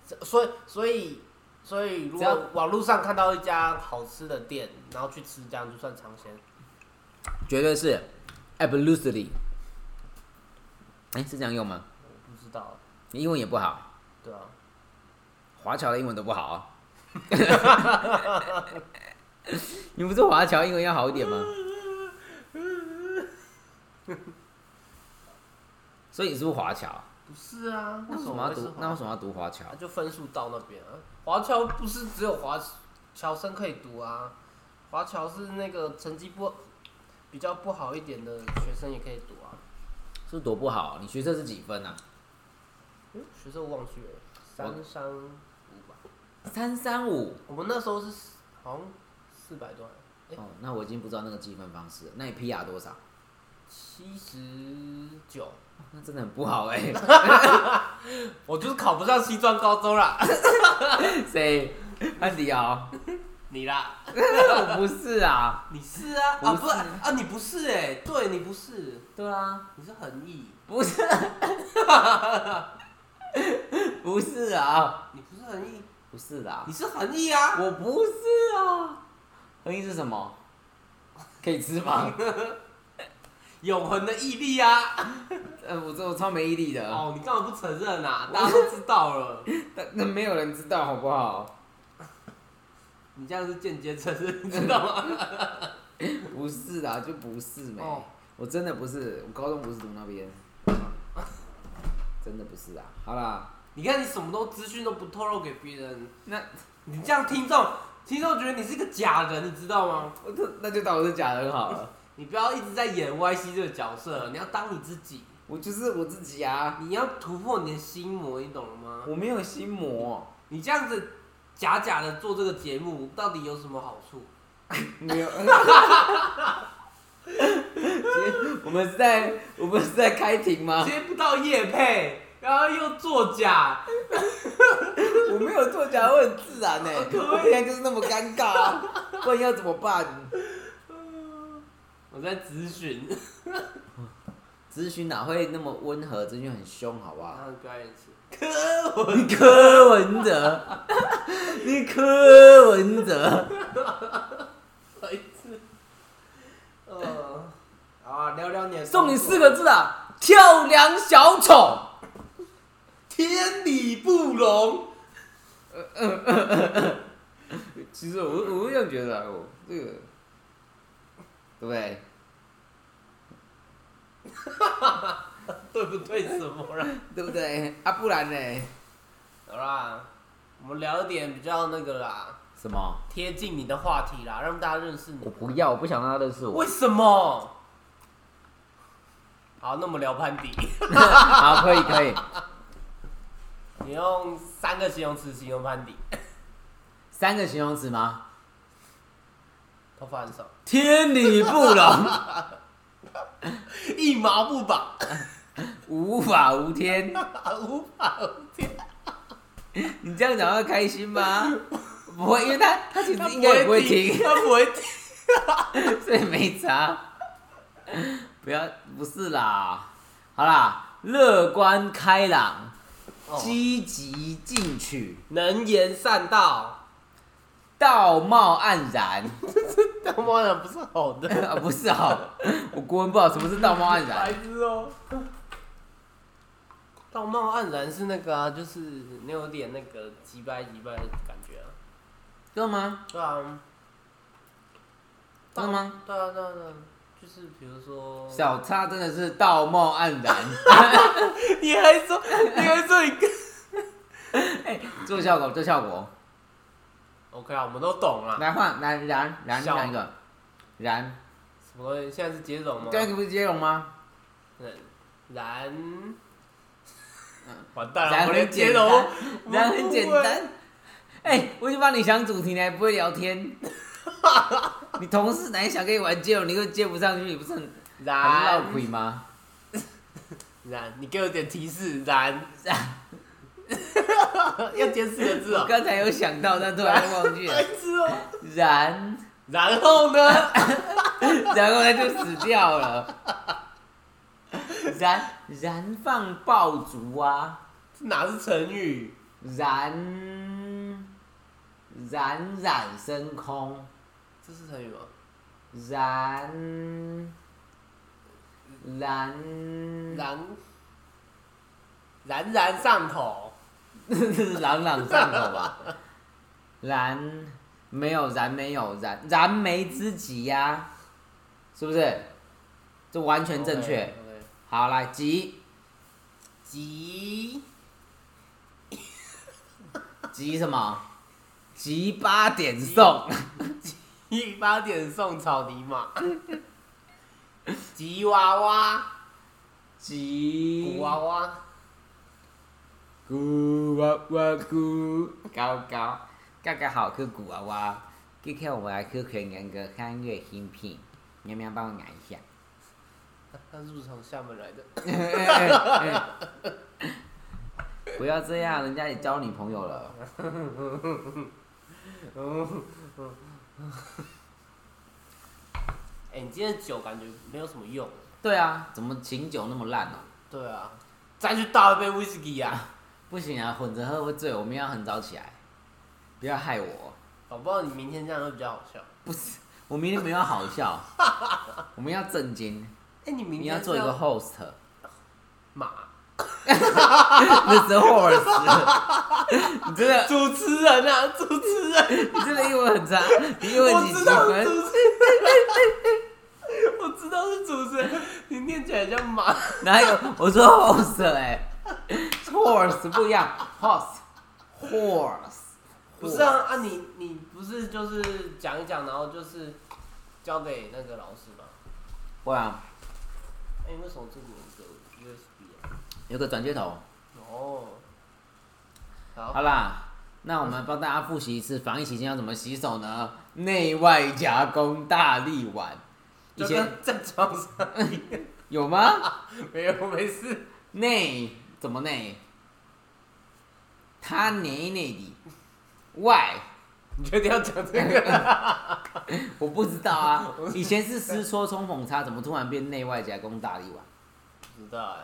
所以如果网络上看到一家好吃的店，然后去吃，这样就算尝鲜。 绝对是 absolutely。是这样用吗？ 我不知道， 你英文也不好。 对啊， 华侨的英文都不好啊。你不是华侨英文要好一点吗？所以你是不是华侨？ 不是啊， 那为什么要读华侨？ 就分数到那边啊。华侨不是只有华侨生可以读啊，华侨是那个成绩比较不好一点的学生也可以读啊。 是多不好？你学测是几分啊？ 学测我忘记了，335吧。 335。 我们那时候是好像400多。 那我已经不知道那个计分方式了。那你 PR 多少 ？79。 那真的很不好我就是考不上西庄高中啦。 谁？安迪啊？ 你啦。 我不是啊。 你是啊？不是啊，你不是对你不是。 对啊， 你是恒毅。 不是。不是啊。 你不是恒毅。 不是啦。 你是恒毅啊。 我不是啊。恒毅是什么？可以吃吗？ 永恒的毅力啊！ 我超没毅力的。 你干嘛不承认啊？大家都知道了。 那没有人知道好不好？ 你这样是间接承认，你知道吗？ 不是啦，就不是没。我真的不是，我高中不是读那边。真的不是啊。好啦， 你看你什么资讯都不透露给别人， 那你这样听众觉得你是个假人，你知道吗？ 那就当我是假人好了。 你不要一直在演 YC 这个角色，你要当你自己。 我就是我自己啊！ 你要突破你的心魔，你懂了吗？ 我没有心魔。 你这样子假的做这个节目，到底有什么好处？ 没有。我们是在开庭吗？ 接不到业配，然后又作假。 我没有作假，我很自然我现在就是那么尴尬啊，不然要怎么办？ 我在咨询。 咨询哪会那么温和？咨询很凶，好不好？ 然后表演一次。 柯文哲，你柯文哲。 一次。聊聊你的。 送你4个字啊，跳梁小丑。 天理不容。 其实我这样觉得这个，对不对？ 对不对？什么啦？ 对不对？不然呢？ 好啦，我们聊一点比较那个啦。 什么？ 贴近你的话题啦，让大家认识你。 我不要，我不想让他认识我。 为什么？好，那我们聊攀比。 好，可以。 你用3个形容词形容攀比。 3个形容词吗？ 头发很少。 天理不容。 一毛不拔。 无法无天。 无法无天。 你这样讲会开心吗？不会，因为他其实应该也不会听。 他不会听。 所以没差。不是啦。好啦，乐观开朗。积极进取， 能言善道， 道貌岸然。 道貌岸然不是好的不是好，我国文不好，什么是道貌岸然？ 白痴哦。道貌岸然是那个就是你有点那个击败的感觉啊。 真的吗？ 对啊。 真的吗？ 对啊。就是比如说， 小叉真的是道貌岸然。 你还说你做效果。 OK 啊，我们都懂了。 来换然一个，然。 什么东西？现在是接龙吗？ 这个不是接龙吗？ 然。完蛋了， 然我连接龙。 然很简单。我已经帮你想主题，你还不会聊天。你同事哪想跟你玩接龙，你又接不上去，你不是很绕腿吗？ 然，你给我点提示，然。要接4个字哦。 我刚才有想到，但突然忘记了。 白痴哦。 然后呢？ 然后他就死掉了。 燃放爆竹啊！ 这哪是成语？ 冉升空， 这是成语吗？冉上口， 这是朗朗上口吧？没有燃眉之急呀、是不是？这完全正确。 Okay. 好，来急什么？急8点送。 8点送草泥马。吉娃娃， 急古娃娃， 古娃娃古高，好去古娃娃，今天我们来去全人的看月新品，喵喵帮我拿一下。 他是不是从厦门来的？ 不要这样，人家也交女朋友了。 你今天的酒感觉没有什么用。 对啊，怎么醒酒那么烂呢、 对啊，再去倒一杯威士忌啊！ 不行啊，混着喝会醉，我明天要很早起来，不要害我。 搞不好你明天这样会比较好笑。 不是，我明天没有好笑，我们要正经。 你明天你要做一个 host。 马。 那是 horse。你真的主持人啊，主持人！ 你真的英文很差，你英文几积分？ 我知道是主持人，你念起来像马。 哪有？我说 host horse 不一样 horse。 不是啊，你不是就是讲一讲，然后就是交给那个老师吗？ 会啊。 为什么这里有个 USB 啊？ 有个转接头。 哦。 好啦，那我们帮大家复习一次防疫期间要怎么洗手呢？内外夹攻大力丸。以前在床上有吗？ 没有，没事。 内怎么内？他内内的，外。 你确定要讲这个？ 我不知道啊。以前是湿搓冲捧擦，怎么突然变内外夹攻大力丸？ 不知道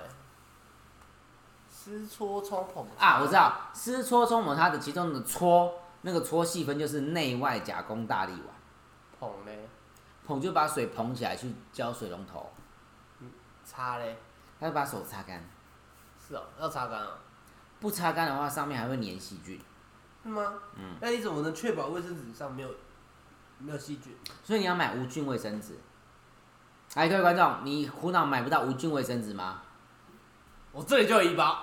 湿搓冲捧啊，我知道，湿搓冲捧擦的其中的搓，那个搓细分就是内外夹攻大力丸。 捧呢？ 捧就把水捧起来去浇水龙头。 擦嘞？ 他就把手擦干。 是哦，要擦干啊。 不擦干的话，上面还会粘细菌。 是吗？那你怎么能确保卫生纸上没有细菌？ 所以你要买无菌卫生纸。来，各位观众，你苦恼买不到无菌卫生纸吗？ 我这里就有一包。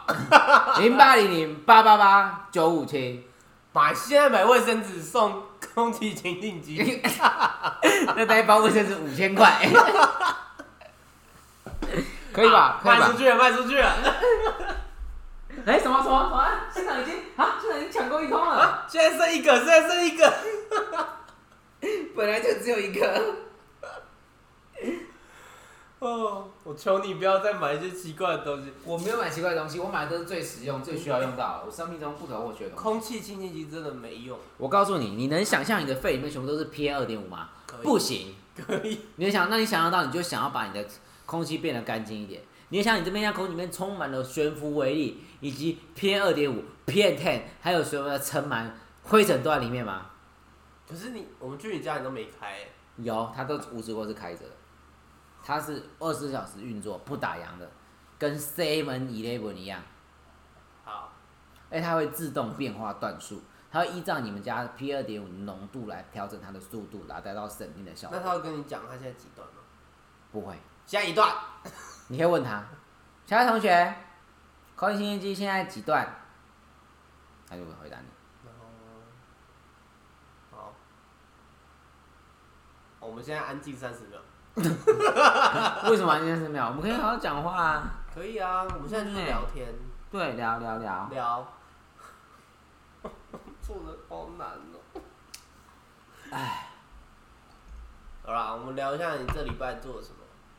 0800888957。 现在买卫生纸送空气清净机。 那带一包卫生纸5000块。可以吧？可以吧？ 卖出去了。 什么？现场已经抢购一空了。 现在剩一个。 本来就只有一个。 哦，我求你不要再买一些奇怪的东西。 我没有买奇怪的东西，我买的都是最实用、最需要用到的，我生命中不可或缺的东西。 空气清净机真的没用。 我告诉你，你能想象你的肺里面全部都是 PM2.5吗？不行。 可以。 那你想象到，你就想要把你的空气变得干净一点。你想你这边空气里面充满了悬浮微粒，以及 PM2.5、PM10，还有所有的尘螨、灰尘都在里面吗？ 可是我们去你家你都没开。 有，它都无时无刻是开着的。它是24小时运作，不打烊的，跟 7-Eleven 一样。 好。 它会自动变化段数，它会依照你们家 PM2.5 浓度来调整它的速度，来达到省电的效果。 那他会跟你讲他现在几段吗？ 不会。 下一段。 你可以问他，小爱同学，空气清净机现在几段？他就会回答你。 好。我们现在安静30秒。 为什么安静30秒？我们可以好好讲话啊。 可以啊，我们现在就是聊天。 对，聊。 做人好难哦。 唉。 好啦，我们聊一下你这礼拜做了什么。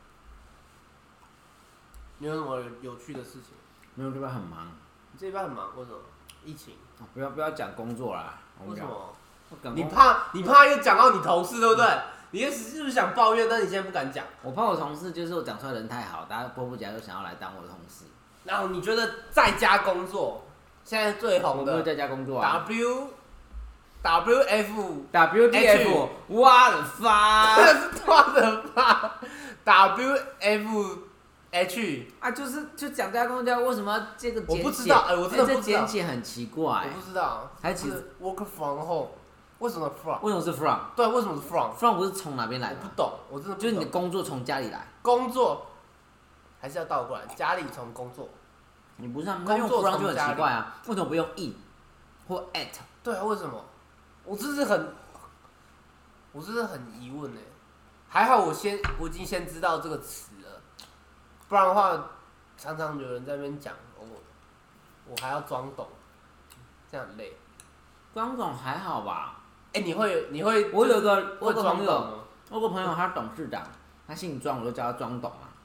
你有什么有趣的事情？ 没有，这边很忙。 你这礼拜很忙，为什么？疫情。 不要讲工作啦。 为什么？ 你怕又讲到你同事，对不对？ 你是不是想抱怨？但你现在不敢讲。 我怕我同事就是我讲出来人太好，大家迫不及待就想要来当我的同事。 然后你觉得在家工作现在最红的我不会在家工作啊。WTF，我的发， 我的妈 WFH 啊，就讲在家工作，为什么要这个简写？ 我不知道，我真的不知道。 这简写很奇怪。 我不知道。 还其实 work from home， 为什么 from？ 为什么是 from？ 对，为什么是 from？ 不是从哪边来的？ 我不懂，我真的不懂。 就是你的工作从家里来。 工作还是要倒过来，家里从工作。 你不是啊？那用 from 就很奇怪啊，为什么不用 in 或 at？ 对啊，为什么？我真是很疑问哎。还好我已经先知道这个词了，不然的话，常常有人在那边讲，我还要装懂，这样很累。 装懂还好吧？ 哎，你会？ 我有个装懂吗？ 我有个朋友，他董事长，他姓庄，我就叫他庄董啊。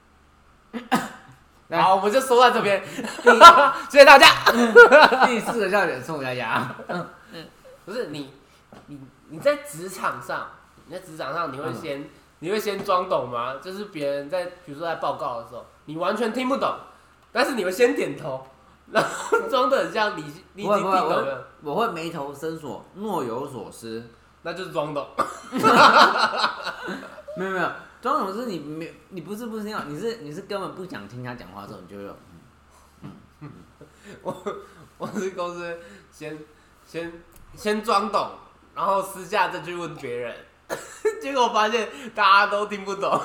好，我们就说到这边，谢谢大家。 第4个笑点送大家。 不是你在职场上，你会先装懂吗？就是别人比如说在报告的时候，你完全听不懂，但是你会先点头，然后装的很像你已经听懂了。 我会眉头深锁，若有所思， 那就是装懂。 没有，装懂是你不是听到，你是根本不想听他讲话的时候，你就会有我是公司先装懂，然后私下再去问别人，结果发现大家都听不懂。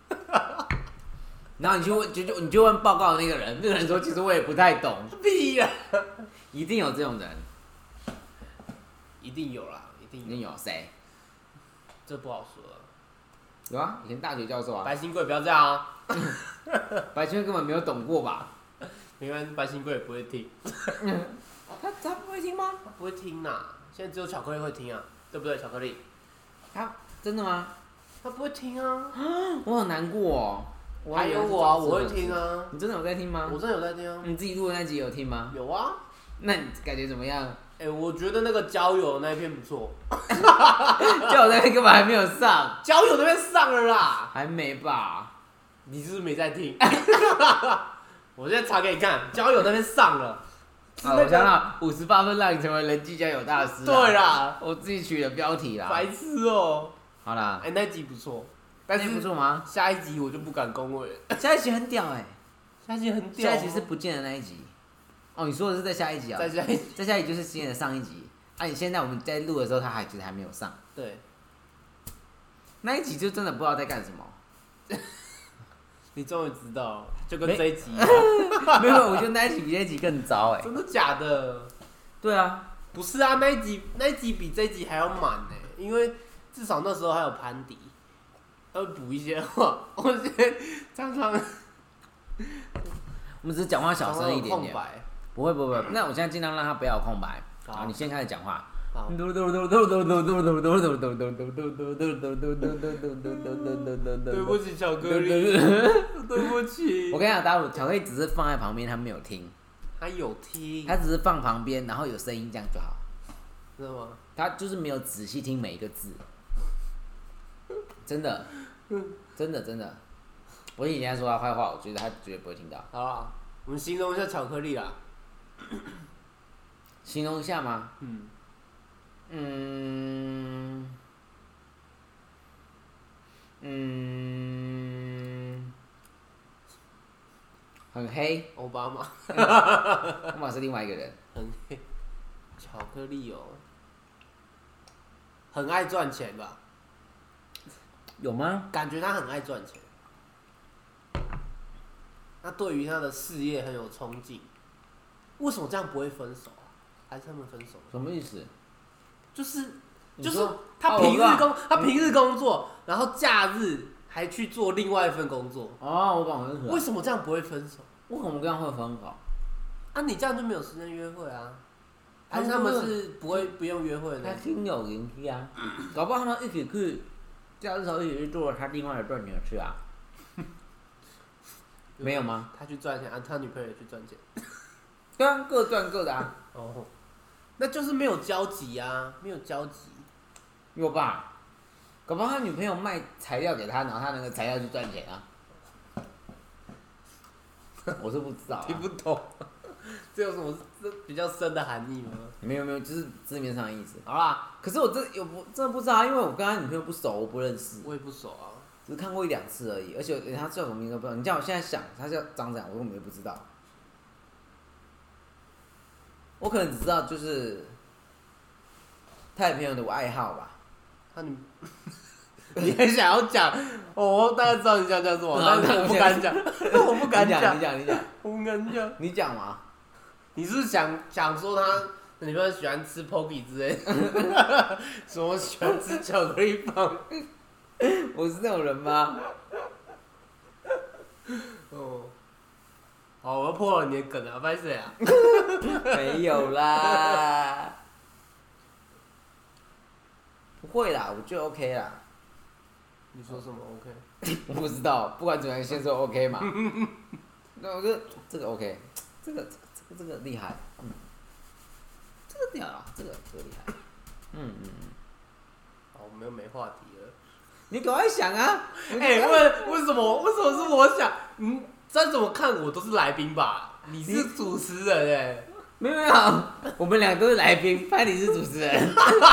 然后你就问报告的那个人，那个人说其实我也不太懂。 屁呀！ 一定有这种人， 一定有啦，一定有谁？ 这不好说了。 有啊，以前大学教授啊。 白新贵不要这样啊！ 白新贵根本没有懂过吧？ 没关系，白新贵也不会听。 他不会听吗？ 他不会听啦，现在只有巧克力会听啊，对不对？巧克力。 他真的吗？ 他不会听啊。 我好难过哦。 还有我啊，我会听啊。 你真的有在听吗？ 我真的有在听啊。 你自己录的那集有听吗？ 有啊。 那你感觉怎么样？ 我觉得那个交友那一篇不错。 交友那篇根本还没有上。 交友那边上了啦。 还没吧？ 你是不是没在听？我现在查给你看，交友那边上了。 我想想，58分让你成为人际交友大师。 对啦， 我自己取的标题啦。 白痴哦。 好啦， 那集不错。但是不错吗？ 下一集我就不敢恭维了。 下一集很屌下一集很屌。 下一集是不见的那一集。哦，你说的是在下一集啊？ 在下一集就是今天的上一集。你现在我们在录的时候，他其实还没有上。 对。 那一集就真的不知道在干什么。 你终于知道了，就跟这一集。 没有，我觉得那一集比这一集更糟真的假的？ 对啊。 不是啊，那一集比这一集还要满因为至少那时候还有潘迪。要补一些话，我现在常常， 我们只是讲话小声一点点， 空白。 不会，那我现在尽量让他不要有空白。好，你先开始讲话。 对不起，巧克力。对不起。 我跟你讲，大陆巧克力只是放在旁边，他没有听。 他有听。 他只是放旁边，然后有声音，这样就好。 真的吗？ 他就是没有仔细听每一个字。真的，我以前说他坏话，我觉得他绝对不会听到。 好啦，我们形容一下巧克力啦。 形容一下吗？很黑。 奥巴马。 奥巴马是另外一个人。 很黑。巧克力很爱赚钱吧？ 有吗？ 感觉他很爱赚钱。他对于他的事业很有冲劲。为什么这样不会分手啊？还是他们分手？ 什么意思？ 就是他平日工作，然后假日还去做另外一份工作。 哦，我懂了。 为什么这样不会分手？ 为什么这样会分手？ 啊，你这样就没有时间约会啊？还是他们是不用约会的？ 他心有灵犀啊，搞不好他们一起去，假日时候一起去做他另外的赚钱的事啊。没有吗？ 他去赚钱啊，他女朋友也去赚钱。 对啊，各赚各的啊。 那就是没有交集啊，没有交集。 有吧？ 搞不好他女朋友卖材料给他，然后他那个材料去赚钱啊。我是不知道、啊， 听不懂，这有什么比较深的含义吗？ 没有，就是字面上的意思。好啦，可是我真的不知道啊，因为我跟他女朋友不熟，我不认识， 我也不熟啊， 只是看过1-2次而已，而且连他叫什么名字都不知道。你叫我现在想他叫长怎样，我根本也不知道。我可能只知道就是他女朋友的爱好吧。 你还想要讲？我大概知道你想讲什么，但是我不敢讲，我不敢讲。 你讲， 我不敢讲。 你讲嘛？ 你是想说他女朋友喜欢吃 Pocky 之类的，什么喜欢吃巧克力棒？ 我是那种人吗？ 哦，好，我又破了你的梗了，不好意思啊。 没有啦，不会啦，我觉得 OK 啦。 你说什么 OK？ 我不知道，不管怎么样，先说 OK 嘛。那我觉得这个 OK， 这个厉害，这个屌啊，这个厉害， 好，我们又没话题了。 你赶快想啊！ 为什么是我想？再怎么看我都是来宾吧？你是主持人没有，我们俩都是来宾，潘你是主持人。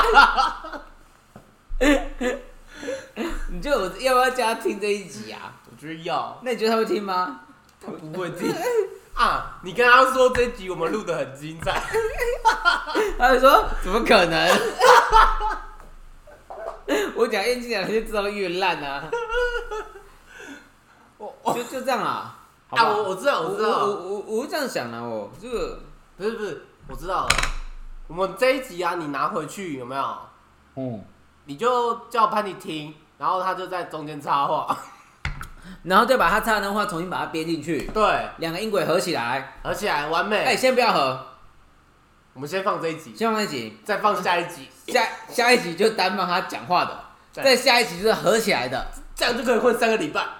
你觉得我要不要叫他听这一集啊？ 我觉得要。 那你觉得他会听吗？ 他不会听啊！你跟他说这一集我们录得很精彩， 他就说怎么可能？我讲燕京讲，他就知道越烂啊。就这样啊。 啊，我知道。 我是这样想的哦。这个不是，我知道了。我们这一集啊，你拿回去有没有？你就叫潘迪听，然后他就在中间插话， 然后再把他插的话重新把它编进去。 对， 两个音轨合起来， 完美。 先不要合， 我们先放这一集， 先放一集， 再放下一集， 下一集就单放他讲话的，再下一集就是合起来的， 这样就可以混3个礼拜。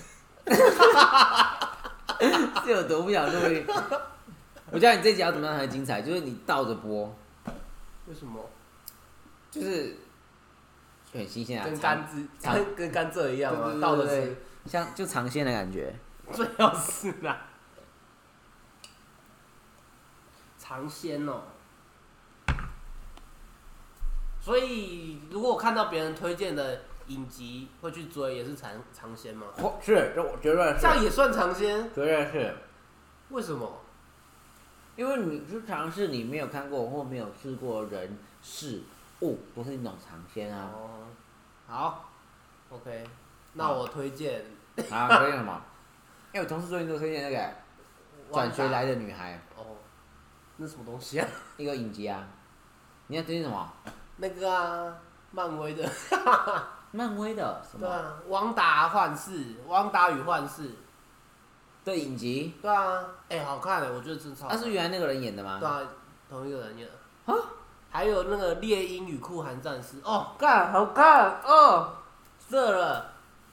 是有多不想录音？我教你这集要怎么样才精彩，就是你倒着播。 为什么？ 就是很新鲜啊， 跟甘蔗一样吗？倒着吃， 像就尝鲜的感觉。 最好是啦，尝鲜哦。所以如果我看到别人推荐的影集，会去追，也是尝鲜吗？ 是，我觉得是。 这样也算尝鲜？ 绝对是。 为什么？ 因为你去尝试你没有看过或没有试过人事物，都是一种尝鲜啊。 哦，好 ，OK， 那我推荐。 啊，推荐什么？因为我同事最近都推荐那个转学来的女孩。 哦，那什么东西啊？ 一个影集啊。你要推荐什么？ 那个啊，漫威的。 漫威的什么？ 对啊，汪达与幻视的影集。 对啊，好看的，我觉得真超好看。 是原来那个人演的吗？ 对啊，同一个人演的。啊？还有那个猎鹰与酷寒战士，哦，干好看哦，射了。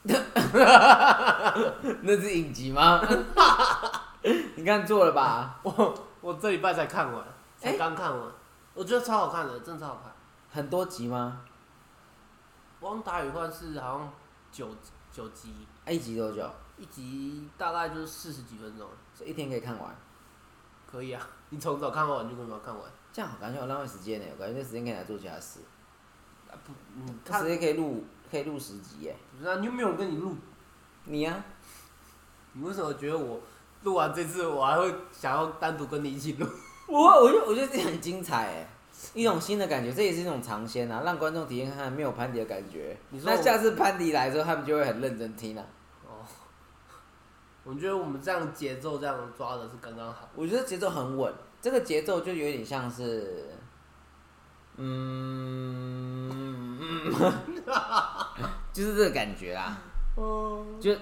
那是影集吗？你看错了吧？ 我这礼拜才看完，才刚看完，我觉得超好看的，真的超好看。 很多集吗？ 汪达与幻视好像9集。 一集多久？ 一集大概就是40几分钟， 所以一天可以看完。 可以啊，你从早看完就根本看完。 这样好感觉好浪费时间呢，我感觉这时间可以来做其他事。 看时间可以录10集耶。 不是啊，你又没有人跟你录。 你啊？ 你为什么觉得我录完这次我还会想要单独跟你一起录？ 我觉得这很精彩哎，一种新的感觉，这也是一种尝鲜啊，让观众体验看看没有潘迪的感觉。那下次潘迪来之后，他们就会很认真听啊。 哦，我觉得我们这样节奏这样抓的是刚刚好。 我觉得节奏很稳，这个节奏就有点像是，就是这个感觉啦。就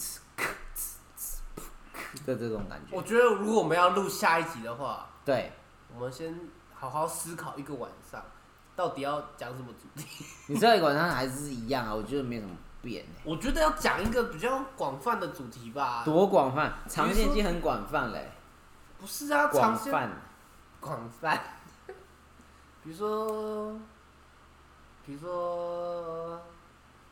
的这种感觉。 我觉得如果我们要录下一集的话， 对， 我们先好好思考一个晚上，到底要讲什么主题。 你这个晚上还是一样啊，我觉得没什么变。 我觉得要讲一个比较广泛的主题吧。 多广泛？长线已经很广泛嘞。 不是啊， 广泛。 广泛。比如说，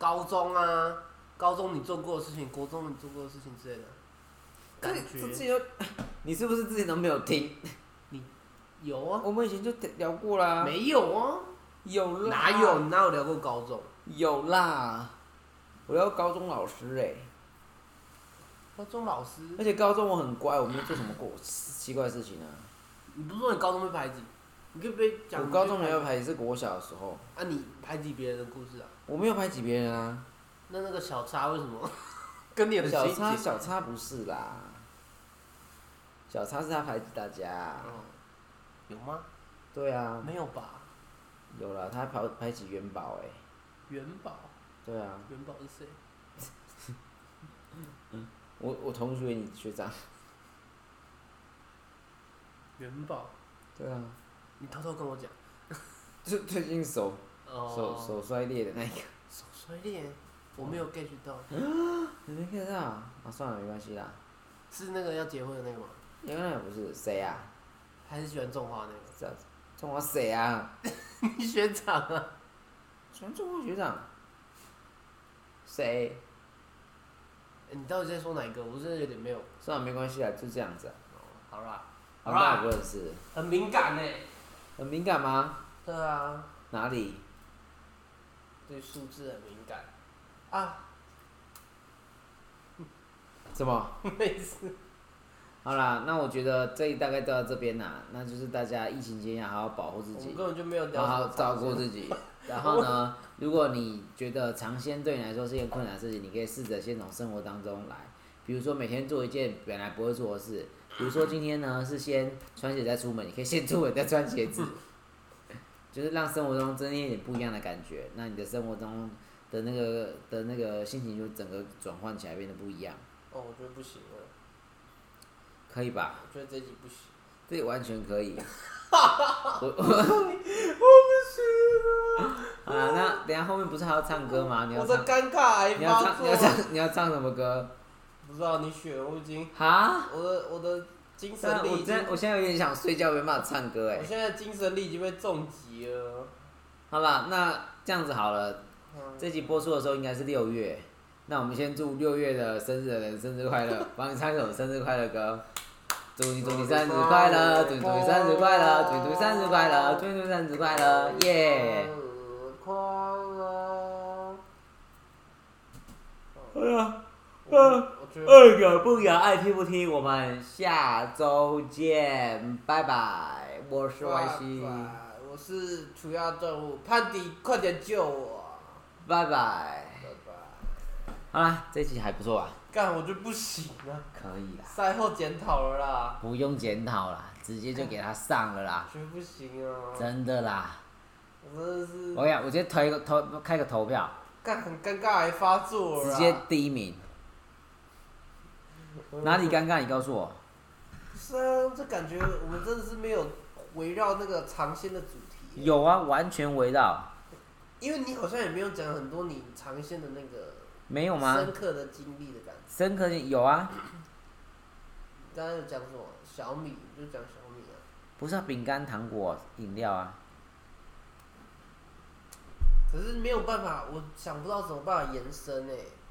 高中啊，高中你做过的事情，国中你做过的事情之类的，感觉。 你是不是之前都没有听？ 有啊， 我们以前就聊过啦。 没有啊？ 有啦。 哪有？你哪有聊过高中？ 有啦，我聊高中老师高中老师。 而且高中我很乖，我没有做什么奇怪的事情啊。 你不是说你高中被排挤？你可以被讲。 我高中没有排挤，是国小的时候。 啊，你排挤别人的故事啊？ 我没有排挤别人啊。 那个小叉为什么跟你的小叉不是啦，小叉是他排挤大家。 有吗？ 对啊。 没有吧？ 有啦，他排挤元宝元宝。 对啊。 元宝是谁？ 我同学，你学长。 元宝。 对啊。 你偷偷跟我讲。 最近手摔裂的那个。 手摔裂？我没有 get 到。 你没 get 到？啊，算了，没关系啦。 是那个要结婚的那个吗？ 那个不是谁啊？ 还是喜欢种花那个？ 这样子，种花谁啊？ 你学长啊？ 喜欢种花学长？谁？ 你到底在说哪一个？我真的有点没有。 算了，没关系啦，就这样子。 好啦。 好啦。不认识。 很敏感很敏感吗？ 对啊。 哪里？ 对数字很敏感。啊。 什么？ 没事。 好啦，那我觉得这一大概到这边啦，那就是大家疫情期间好好保护自己， 我根本就没有好好照顾自己。然后呢，如果你觉得尝鲜对你来说是一件困难的事情，你可以试着先从生活当中来，比如说每天做一件本来不会做的事，比如说今天呢是先穿鞋再出门，你可以先出门再穿鞋子，就是让生活中增添一点不一样的感觉，那你的生活中的那个心情就整个转换起来变得不一样。 我觉得不行了。 可以吧？ 我觉得这集不行。 这也完全可以。我不行啊！那等一下后面不是还要唱歌吗？ 我的尴尬癌发作。 你要唱什么歌？ 不知道，你选，我已经。 哈？ 我的精神力我现在有点想睡觉，没办法唱歌我现在精神力已经被重击了。 好吧，那这样子好了。这集播出的时候应该是6月，那我们先祝6月的生日的人生日快乐，帮你唱一首生日快乐歌。祝你生日快乐，祝你生日快乐，祝你生日快乐，祝你生日快乐，耶！ 快乐。 爱咬不咬，爱听不听，我们下周见，拜拜。我是歪西， 我是主要动物潘迪，快点救我！ 拜拜。好啦，这期还不错吧？ 干，我就不行了。 可以啦。 赛后检讨了啦。 不用检讨啦，直接就给他上了啦。 绝不行啊！ 真的啦。 我真的是。 我跟你讲，我直接开个投票。 干，很尴尬，还发作了。 直接第1名。哪里尴尬？你告诉我。 不是啊，这感觉我们真的是没有围绕那个尝鲜的主题。 有啊，完全围绕。 因为你好像也没有讲很多你尝鲜的那个。 没有吗？ 深刻的经历的感觉。 深刻经有啊。 刚刚有讲什么？小米，就讲小米啊。 不是啊，饼干、糖果、饮料啊。 可是没有办法，我想不到怎么办法延伸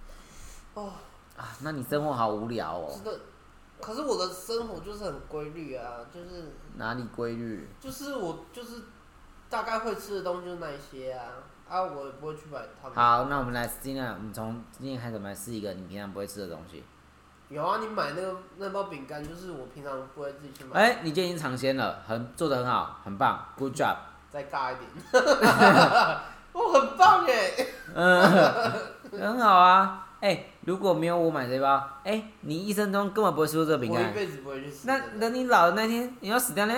那你生活好无聊哦。 是的，可是我的生活就是很规律啊，就是。 哪里规律？ 就是我就是大概会吃的东西就是那一些啊。我也不会去买他们。 好，那我们从今天开始，我们来试一个你平常不会吃的东西。 有啊，你买那包饼干，就是我平常不会自己去买。 你今天已经尝鲜了，做得很好，很棒 ，good job。 再尬一点。我很棒耶。 很好啊。如果没有我买这包，你一生中根本不会吃过这个饼干。 我一辈子不会去吃。 那等你老的那天，你要死掉了。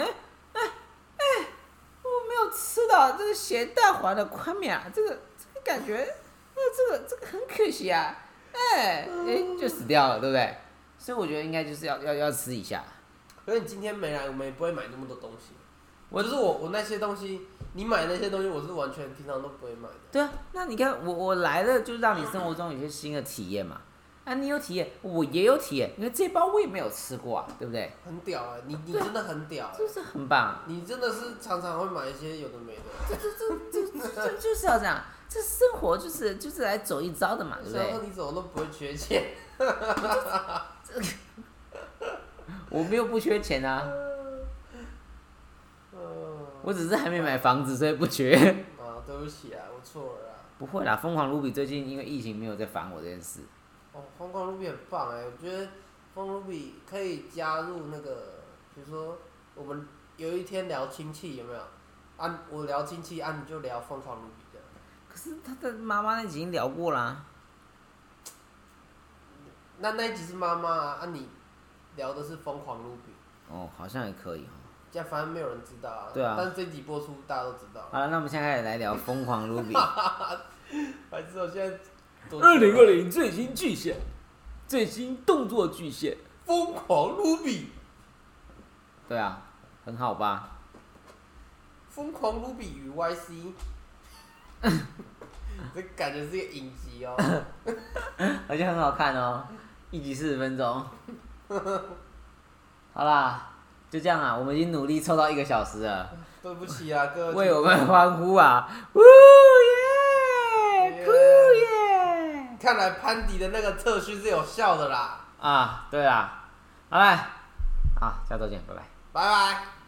我没有吃到这个咸蛋黄的宽面啊，这个感觉，这个很可惜啊，就死掉了，对不对？所以我觉得应该就是要吃一下。 可是你今天没来，我们也不会买那么多东西。我那些东西，你买那些东西，我是完全平常都不会买的。 对啊，那你看我来了，就让你生活中有些新的体验嘛。你有体验，我也有体验，因为这包我也没有吃过啊，对不对？ 很屌你真的很屌就是很棒。 你真的是常常会买一些有的没的。 这就是要这样， 这生活就是来走一遭的嘛，对不对？ 你怎么都不会缺钱？ 我没有不缺钱啊，我只是还没买房子，所以不缺。 啊，对不起啊，我错了啦。 不会啦，疯狂卢比最近因为疫情没有在烦我这件事。 哦，疯狂卢比很棒哎，我觉得疯卢比可以加入那个，比如说我们有一天聊亲戚有没有？我聊亲戚，你就聊疯狂卢比的。 可是他的妈妈那集已经聊过啦。 那一集是妈妈啊，你聊的是疯狂卢比。 哦，好像也可以哈。 这样反正没有人知道啊。 对啊。 但是这集播出，大家都知道。 好了，那我们现在开始来聊疯狂卢比。 白痴，我现在。 2020最新巨献，最新动作巨献， 疯狂卢比。 对啊，很好吧？ 疯狂卢比与 YC， 这感觉是一个影集哦， 而且很好看哦，一集40分钟。好啦，就这样啊，我们已经努力凑到1个小时了。 对不起啊，各位。 为我们欢呼啊！呜耶，酷耶！ 看来潘迪的那个特训是有效的啦。 啊，对啦，好嘞，好，下周见，拜拜。 拜拜。